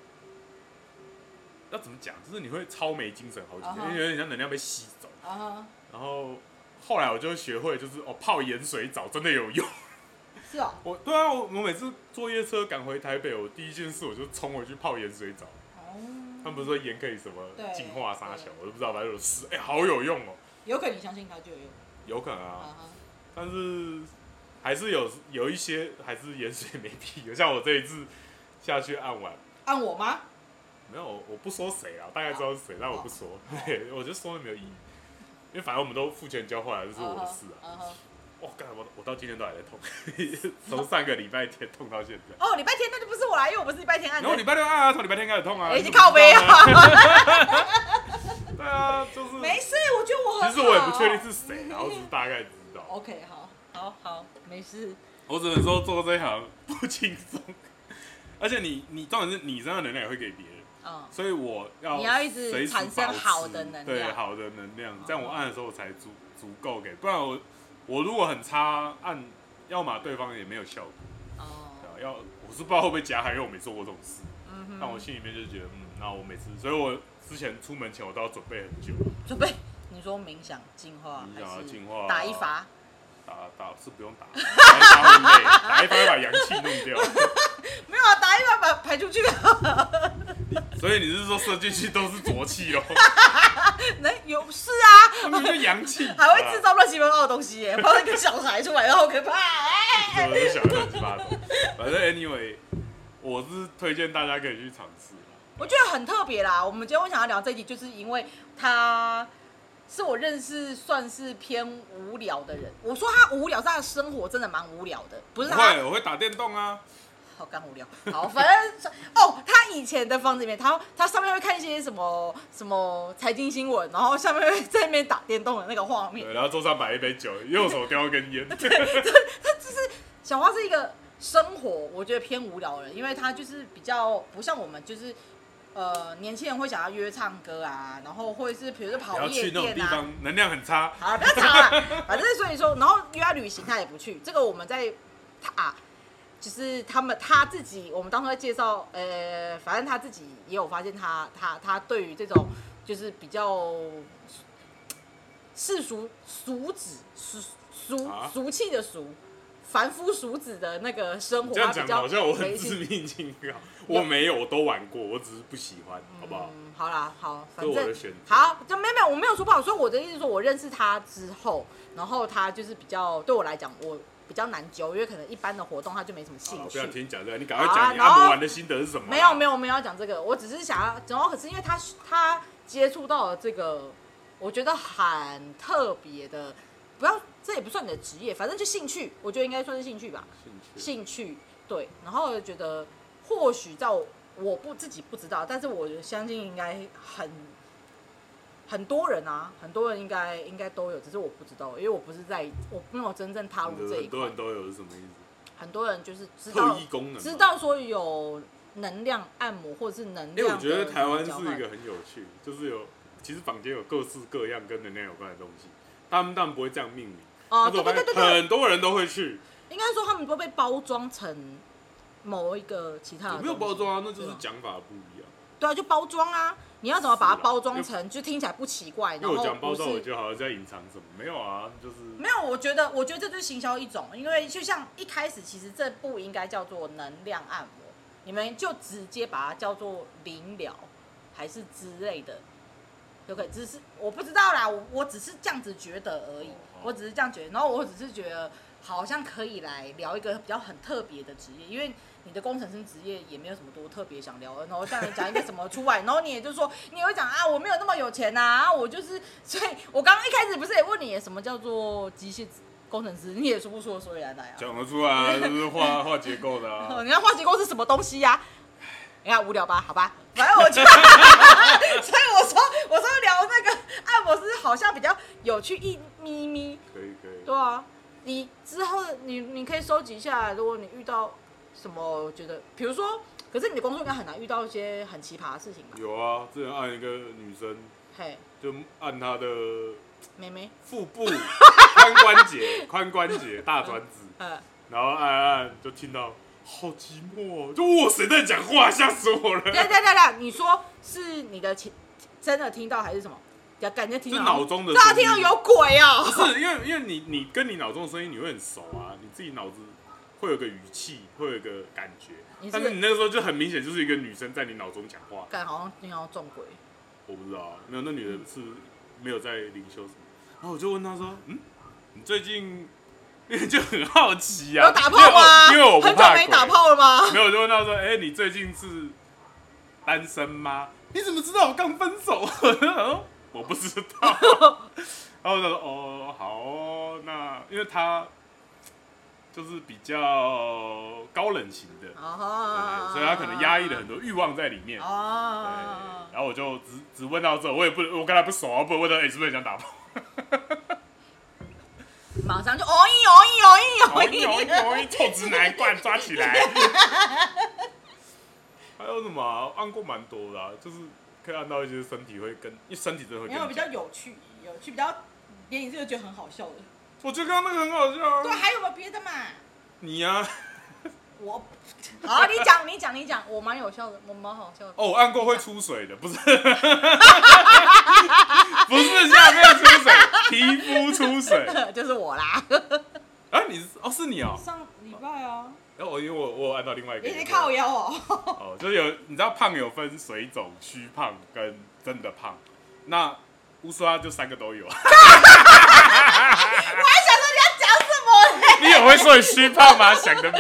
要怎么讲，就是你会超没精神好几天，因为有点像能量被吸走。然后后来我就学会，就是泡盐水澡真的有用。 是啊， 对啊，我每次坐夜车赶回台北，我第一件事我就冲回去泡盐水澡。他们不是说盐可以什么净化沙小，我都不知道，反正有试，好有用哦。 有可能你相信它就有用。 有可能啊，但是还是有一些还是盐水没屁的，像我这一次下去按完。按我吗？没有，我不说谁啊，大概知道是谁，但我不说。对，我就说没有意义，因为反正我们都付钱交换了，这是我的事啊。干我到今天都还在痛，从上个礼拜天痛到现在。礼拜天那就不是我啦，因为我不是礼拜天按的。然后礼拜六按啊，从礼拜天开始痛啊。已经靠背啊。对啊，就是。没事，我觉得我很好。其实我也不确定是谁，然后就是大概知道。OK， 好，没事。我只能说做这一行不轻松，而且你重点是你身上能量也会给别人。 所以我你要一直产生好的能量， 对，好的能量，这样我按的时候才足够给，不然我如果很差按，要么对方也没有效果。我是不知道会不会加害，因为我没做过这种事。但我心里面就觉得，那我每次，所以我之前出门前我都要准备很久。 准备？你说冥想净化， 净化， 打一发？ 打是不用打，打一发很累，打一发会把阳气弄掉。 没有啊，打一发把排出去。 所以你是说射进去都是浊气哦？ 是啊， 他们就阳气， 还会制造乱七八糟的东西耶，跑一个小孩出来，好可怕！ 什么是小孩乱七八糟？反正 anyway， 我是推荐大家可以去尝试。 我觉得很特别啦。我们今天想要聊这一集，就是因为他是我认识算是偏无聊的人。我说他无聊，是他的生活真的蛮无聊的，不是他。 我会打电动啊。 好干无聊，好，反正他以前的房子里面，他上面会看一些什么财经新闻，然后下面会在那边打电动的那个画面， 对，然后桌上摆一杯酒，右手叼一根烟。 对，他就是小花是一个生活，我觉得偏无聊的人，因为他就是比较不像我们，就是年轻人会想要约唱歌啊，然后或者是比如说跑夜店啊， 去那种地方能量很差。 好了，不要吵了，反正所以说，然后约他旅行他也不去，这个我们在就是他自己，我们当时在介绍，反正他自己也有发现他对于这种就是比较世俗俗气的俗，凡夫俗子的那个生活， 这样讲好像我很致命情感，我没有，我都玩过，我只是不喜欢，好不好？ 好啦，好，反正这是我的选择。 好，就没有，我没有说不好，所以我的意思是说，我认识他之后，然后他就是比较对我来讲，我比较难揪，因为可能一般的活动他就没什么兴趣。 不要听讲这个，你赶快讲你按摩完的心得是什么？ 没有，我没有要讲这个，我只是想要，然后可是因为他接触到了这个，我觉得很特别的，这也不算你的职业，反正就兴趣，我觉得应该算是兴趣吧。兴趣对，然后我就觉得或许在我自己不知道，但是我相信应该很多人啊，很多人应该都有，只是我不知道，因为我没有真正踏入这一块。 很多人都有是什么意思？ 很多人就是知道说有能量按摩或者是能量。 我觉得台湾是一个很有趣，就是其实坊间有各式各样跟能量有关的东西，他们当然不会这样命名。对，很多人都会去。 应该说他们都被包装成某一个其他的。 没有包装啊，那就是讲法不一样。 对啊，就包装啊。你要怎么把它包装成就听起来不奇怪？然后我讲包装，我觉得好像在隐藏什么？没有啊，就是没有。我觉得这就是行销一种，因为就像一开始，其实这不应该叫做能量按摩，你们就直接把它叫做灵疗还是之类的，就可以。只是我不知道啦，我只是这样子觉得而已。我只是这样觉得，然后我只是觉得好像可以来聊一个比较很特别的职业，因为你的工程师职业也没有什么多特别想聊的，然后像你讲一个什么出来，然后你也就是说你也会讲啊，我没有那么有钱啊，我就是，所以我刚刚一开始不是也问你什么叫做机械工程师，你也说不出所以然来啊？ 讲得出来，就是画结构的啊。 你看画结构是什么东西呀？你看无聊吧？好吧，反正我就，所以我说聊那个按摩师好像比较有趣一咪咪。 可以。 对啊，你之后你可以收集下来，如果你遇到什么，我觉得，比如说，可是你的工作应该很难遇到一些很奇葩的事情吧？ 有啊，之前按一个女生，就按她的妹妹腹部髋关节大转子，然后按就听到。好寂寞哦！就我谁在讲话，吓死我了！ 对，你说是你的真的听到还是什么？感觉听到， 是脑中的， 听到有鬼啊！ 不是，因为你跟你脑中的声音你会很熟啊，你自己脑子会有个语气，会有个感觉，但是你那个时候就很明显就是一个女生在你脑中讲话， 感好像听到撞鬼。 我不知道，没有，那女的是没有在灵修什么，然后我就问她说：“你最近？”因为就很好奇啊， 有打炮吗？ 因为我不怕鬼， 很久没打炮了吗？ 没有，我就问他说：“你最近是单身吗？你怎么知道我刚分手？”我不知道。然后我就说：“哦，好哦，那因为他就是比较高冷型的，所以他可能压抑了很多欲望在里面。然后我就只问到这，我跟他不熟啊，不问他是不是很想打炮。” 马上就臭直男，过来抓起来！ 有什么、啊？按过蛮多的、啊，就是可以按到一些身体会跟，因为身体真的会跟。 没有比较有趣，比较连你这个觉得很好笑的。 我觉得刚刚那个很好笑啊。 对，还有没有别的嘛？ 你呀、 我，好，你讲，我蛮有效的，我蛮好笑的。 哦，我按过会出水的，不是，不是下面出水，皮肤出水， 就是我啦。 啊，是你哦。 上礼拜啊。 然后因为我有按到另外一个。 你是靠腰哦。 哦，就是你知道胖有分水肿、虚胖跟真的胖，那乌苏拉就3个都有。我还想说你要讲什么嘞？ 你也会说你虚胖吗？想得美。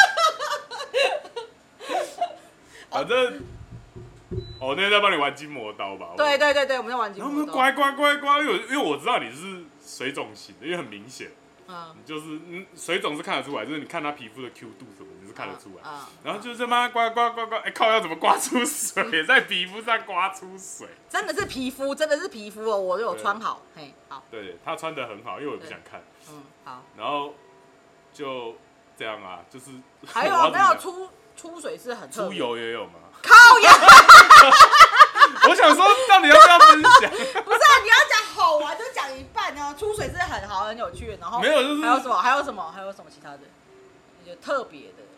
反正，我那天在帮你玩筋膜刀吧。 对，我们在玩筋膜刀。 然后我们乖，因为我知道你是水肿型的，因为很明显。你就是水肿是看得出来，就是你看他皮肤的 Q 度什么，你是看得出来。然后就是妈刮，靠，要怎么刮出水？在皮肤上刮出水。 真的是皮肤哦，我有穿好，嘿，好。 对，他穿得很好，因为我也不想看。 好。 然后就这样啊，就是。 还有没有出水是很出油也有吗？ 靠呀！ 我想说，到底要不要分享？ 不是啊，你要讲好玩就讲一半啊。出水是很好很有趣的，然后没有就是还有什么其他的？你觉得特别的？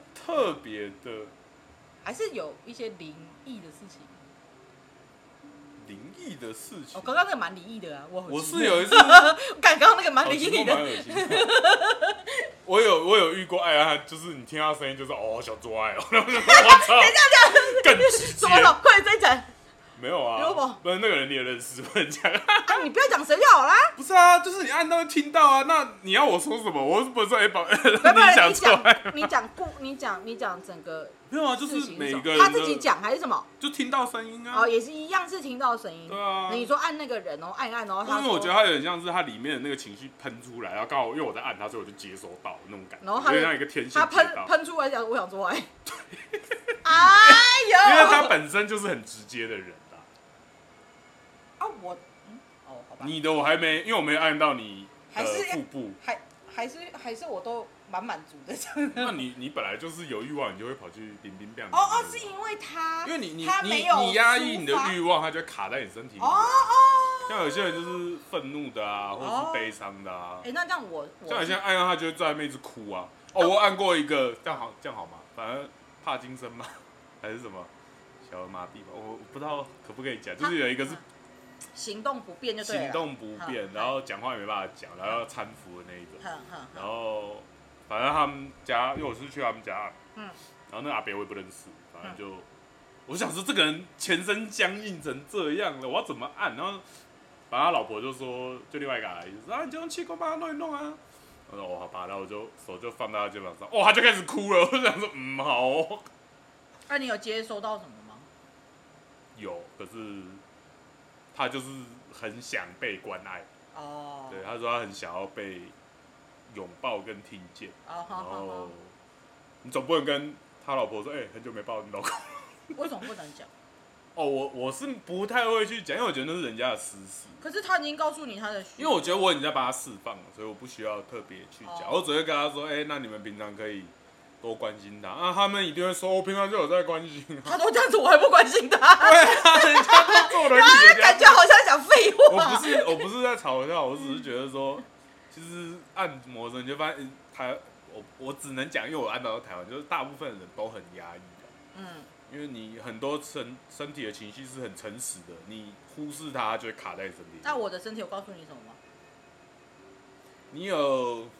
还是有一些灵异的事情。 灵异的事情？ 哦，刚刚那个蛮灵异的啊， 我是有一次， 刚刚那个蛮灵异的。 我有遇过爱啊，就是你听他声音就是哦想做爱哦，我操，等一下， 更直接。 怎么了？快点再讲。 没有啊，不是那个人你也认识，不能讲。 你不要讲谁就好啦。 不是啊，就是你按到听到啊，那你要我说什么？我不是说宝， 你讲整个。 没有啊，就是每个人他自己讲还是什么？ 就听到声音啊。 哦，也是一样是听到声音。 对啊。 你说按那个人哦，按，然后他。 因为我觉得他有点像是他里面的那个情绪喷出来，然后刚好因为我在按他，所以我就接收到那种感觉。 然后他就像一个天线。 他喷出来讲，我想做爱。 对。 哎呦！ 因为他本身就是很直接的人啦。 啊，好吧。 你的我还没，因为我没按到你的腹部。 还是我都蛮满足的这样。 那你本来就是有欲望，你就会跑去叮叮当。 哦，是因为他， 因为你没有压抑你的欲望，它就会卡在你身体里面。像有些人就是愤怒的啊，或者是悲伤的啊。 那这样我像有些人按他就会在那边一直哭啊。我按过一个，这样好吗？反正帕金森嘛，还是什么小儿麻痹吧，我不知道可不可以讲，就是有一个是。 行动不便就对了。 行动不便，然后讲话也没办法讲，然后要搀扶的那一种。然后反正他们家，因为我是去他们家，然后那个阿伯我也不认识，反正就，我想说这个人全身僵硬成这样了，我要怎么按？然后，反正他老婆就说，就另外一个阿姨说，你就用气功帮他弄一弄啊。我说好吧，然后我就手就放在他肩膀上，他就开始哭了。我想说，好哦。 那你有接收到什么吗？ 有，可是。他就是很想被关爱，对，他说他很想要被拥抱跟听见，然后你总不能跟他老婆说，很久没抱你老公。 为什么不能讲？ 我是不太会去讲，因为我觉得那是人家的私事。 可是他已经告诉你他的， 因为我觉得我已经在帮他释放了，所以我不需要特别去讲，我只会跟他说，那你们平常可以。多关心他啊！他们一定会说，我平常就有在关心他。 他都这样子，我还不关心他。 对啊，人家都做人体， 感觉好像讲废话。 我不是在嘲笑，我只是觉得说，其实按摩的时候你就发现，我只能讲，因为我按到台湾，就是大部分人都很压抑因为你很多身体的情绪是很诚实的，你忽视它就会卡在身体。 那我的身体有告诉你什么吗？ 你有。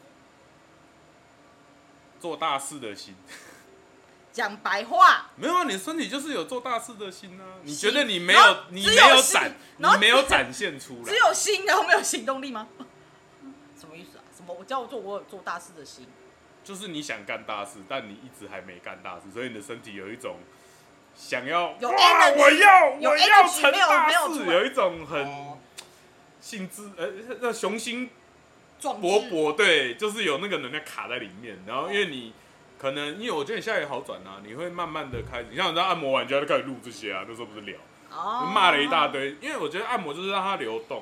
做大事的心， 讲白话， 没有啊，你身体就是有做大事的心啊。你觉得你没有展现出来， 只有心，然后没有行动力吗？什么意思啊？什么？我有做大事的心， 就是你想干大事，但你一直还没干大事，所以你的身体有一种想要有 energy， 我要成大事，有一种很兴致那雄心。勃勃，对，就是有那个能量卡在里面，然后因为你可能，因为我觉得你现在也好转啊，你会慢慢的开始，你像你在按摩完就要开始录这些啊，那时候不是聊，骂了一大堆，因为我觉得按摩就是让它流动，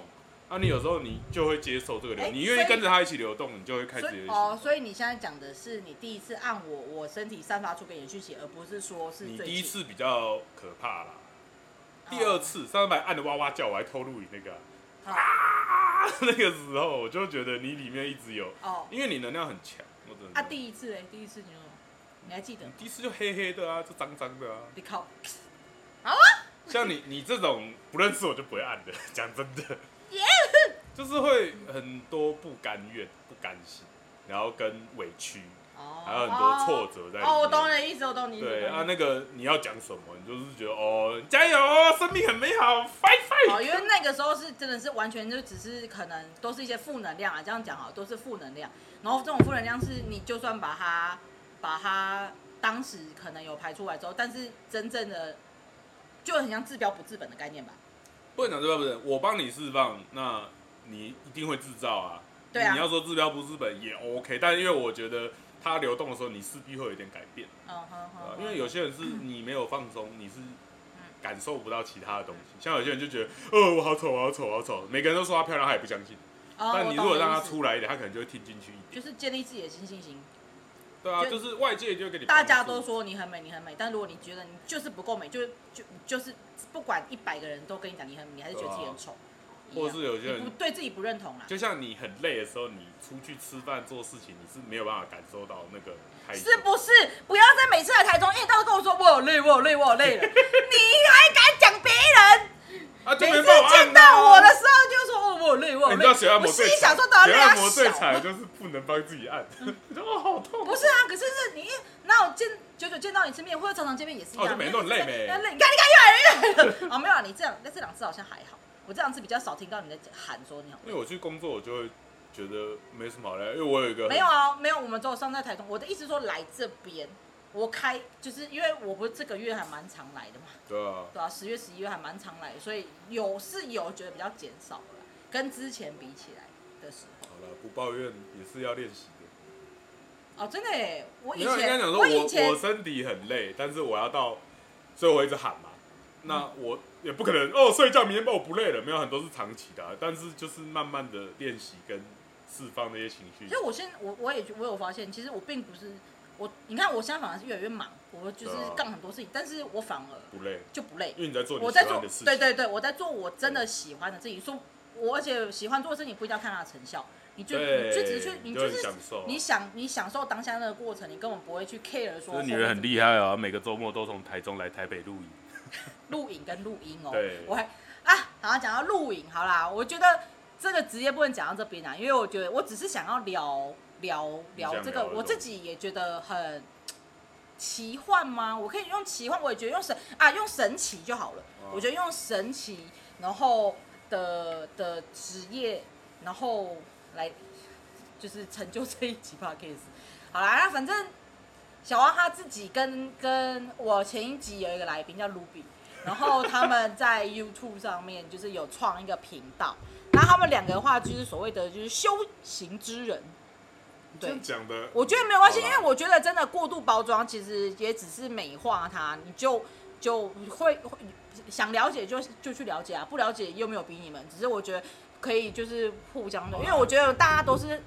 啊，你有时候你就会接受这个流动，你愿意跟着它一起流动，你就会开始所以你现在讲的是你第一次按我身体散发出给你的讯息，而不是说是你第一次比较可怕啦。第二次上次把按的哇哇叫，我还偷录影那个那个时候我就觉得你里面一直有因为你能量很强。 第一次第一次你还记得？ 第一次就黑黑的啊，就脏脏的啊。 你靠， 好啊！像你这种不认识我就不会按的，讲真的。就是会很多不甘愿、不甘心，然后跟委屈，还有很多挫折在里面。 我懂你的意思，我懂你意思。 对啊，那个你要讲什么，你就是觉得加油哦，生命很美好 ，fight！ 因为那个时候是真的是完全就只是可能都是一些负能量啊，这样讲好，都是负能量。然后这种负能量是你就算把它当时可能有排出来之后，但是真正的就很像治标不治本的概念吧。 不能讲治标不治本，我帮你释放，那你一定会制造啊。对啊。你要说治标不治本也 OK， 但因为我觉得它流动的时候，你势必会有点改变。因为有些人是你没有放松，你是感受不到其他的东西。像有些人就觉得，我好丑，我好丑，我好丑。每个人都说他漂亮，他也不相信。但你如果让他出来一点，他可能就会听进去一点。 就是建立自己的新信心。 对啊，就是外界就会给你。 大家都说你很美，你很美，但如果你觉得你就是不够美，就是不管100个人都跟你讲你很美，你还是觉得自己很丑。 或者是有些人对自己不认同啦。 就像你很累的时候，你出去吃饭做事情，你是没有办法感受到那个开心。 是不是？不要再每次来台中，到时候跟我说我好累，我好累，我好累了，你还敢讲别人？每次见到我的时候就说我好累，我好累。 你知道血按摩最惨，血按摩最惨就是不能帮自己按，好痛。 不是啊，可是你那我久久见到你吃面，或者常常见面也是一样。 就没那么累没？ 你看越来越累。没有啊，你这2次好像还好。我这2次比较少听到你在喊说你好。 因为我去工作，我就会觉得没什么好累，因为我有一个没有，我们只有上在台中。我的意思说来这边。我就是因为我不是这个月还蛮常来的嘛， 对啊 ，10月11月还蛮常来的，所以有觉得比较减少了，跟之前比起来的时候。 好了，不抱怨也是要练习的。 真的耶，我以前我身体很累，但是我要到，所以我一直喊嘛。那我也不可能睡觉，明天我不累了，没有，很多是长期的，但是就是慢慢的练习跟释放那些情绪。 其实我有发现，其实我并不是。你看，我现在反而是越来越忙，我就是干很多事情，但是我反而不累， 就不累， 因为你在做你喜欢的事情。 对，我在做我真的喜欢的事情。而且喜欢做的事情不一定要看它的成效，你只是你就是你享受当下那个过程，你根本不会去 care 说。 这女人很厉害啊，每个周末都从台中来台北录影。 录影跟录音对， 我还好像讲到录影，好啦，我觉得这个职业不能讲到这边因为我觉得我只是想要聊这个，我自己也觉得很奇幻吗？我可以用奇幻，我也觉得用神奇就好了。我觉得用神奇，然后的职业，然后来就是成就这一集 podcast。好啦，那反正小王他自己跟我前一集有一个来宾叫 Ruby， 然后他们在 YouTube 上面就是有创一个频道，然后他们2个的话就是所谓的就是修行之人。 对，讲的， 我觉得没有关系，因为我觉得真的过度包装，其实也只是美化它，你就会想了解就去了解啊，不了解又没有逼你们，只是我觉得可以就是互相的，因为我觉得大家都是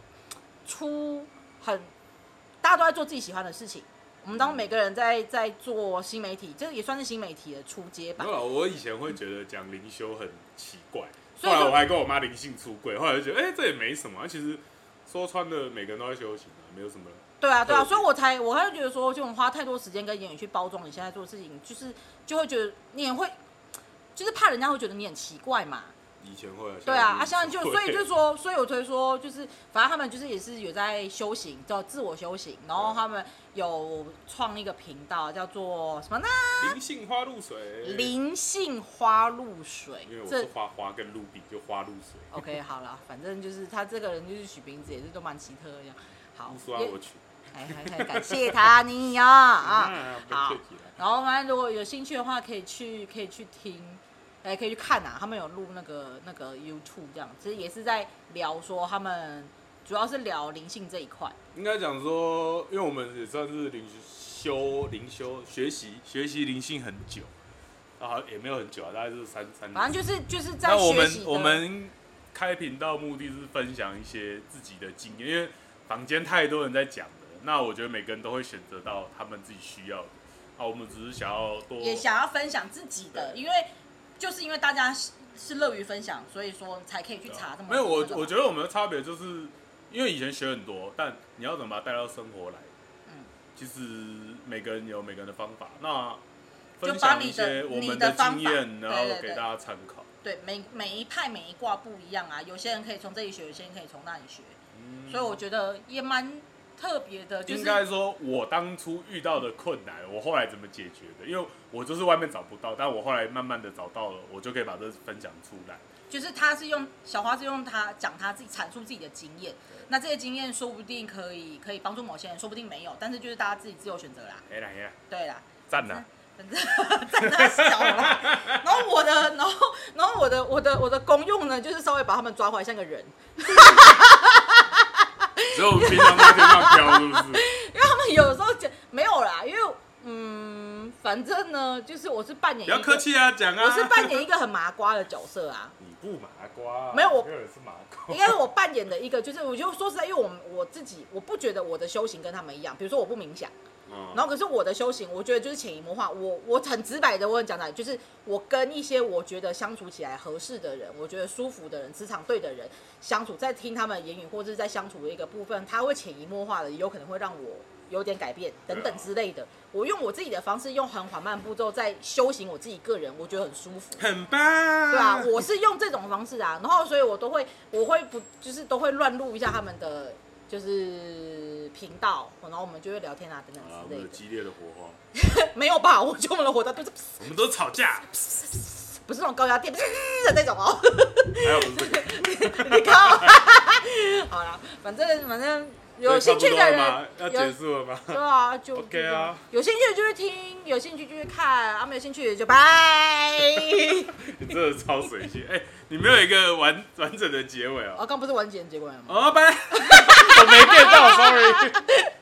大家都在做自己喜欢的事情。我们当每个人在做新媒体，这也算是新媒体的初阶版。 我以前会觉得讲灵修很奇怪，后来我还跟我妈灵性出柜，后来就觉得这也没什么，其实。说穿了，每个人都在修行啊，没有什么。 对啊，所以我会觉得说，就花太多时间跟言语去包装你现在做的事情，就会觉得你也会，就是怕人家会觉得你很奇怪嘛。 以前会。 对啊，现在所以就是说，所以我推说，就是反正他们就是也是有在修行，叫自我修行，然后他们有创一个频道，叫做什么呢？ 灵性花露水。 灵性花露水。 因为我是花跟露比，就花露水。 OK， 好了，反正就是他这个人就是取名字也是都蛮奇特的这样。好， 不说我取。 感谢他你好，然后反正如果有兴趣的话，可以去听。可以去看他们有录那个 YouTube 这样，其实也是在聊说他们主要是聊灵性这一块。 应该讲说，因为我们也算是灵修学习灵性很久，也没有很久啊，大概是3年。 反正就是在学习。 那我们开频道目的是分享一些自己的经验，因为坊间太多人在讲了，那我觉得每个人都会选择到他们自己需要的。啊，我们只是想要也想要分享自己的，因为就是因为大家是乐于分享，所以说才可以去查这么多。 没有，我觉得我们的差别就是，因为以前学很多，但你要怎么把它带到生活来？其实每个人有每个人的方法，那分享一些我们的经验，然后给大家参考。 对，每一派每一卦不一样啊，有些人可以从这里学，有些人可以从那里学，所以我觉得也蛮特别的。就是、 应该说，我当初遇到的困难，我后来怎么解决的？因为我就是外面找不到，但我后来慢慢的找到了，我就可以把这分享出来。 就是小花是用他讲他自己阐述自己的经验，那这些经验说不定可以帮助某些人，说不定没有，但是就是大家自己自由选择啦。对啦， 赞啦。 赞他小啦，然后我的功用呢，就是稍微把他们抓回来，像个人。 只有我们平常在天上飘，是不是？ 因为他们有时候没有啦，因为反正呢，就是我是扮演不要客气啊，讲啊。 我是扮演一个很麻瓜的角色啊。 你不麻瓜、啊？ 没有，我是麻瓜。 应该是我扮演的一个，就是我就说实在，因为我自己我不觉得我的修行跟他们一样，比如说我不冥想。然后可是我的修行，我觉得就是潜移默化。我很直白的，我很讲的，就是我跟一些我觉得相处起来合适的人，我觉得舒服的人，磁场对的人相处，在听他们的言语或者是在相处的一个部分，他会潜移默化的，有可能会让我有点改变等等之类的。我用我自己的方式，用很缓慢步骤在修行我自己个人，我觉得很舒服， 很棒。 对啊，我是用这种方式啊，然后所以我会不就是都会乱录一下他们的。就是频道，然后我们就会聊天啊，等等之类的。 激烈的火花。 没有吧？我觉得我们的火花都是。 我们都是吵架。 不是那种高压电的那种哦。 还有不是这个。 你靠。好啦，反正有兴趣的人要结束了吗？ 对啊，就 OK 啊。 有兴趣的就会听，有兴趣就会看，啊没有兴趣的就拜。 你真的超随性，你没有一个完整的结尾啊？ 刚不是完整的结尾了吗？ 拜。我没 get 到 ，sorry。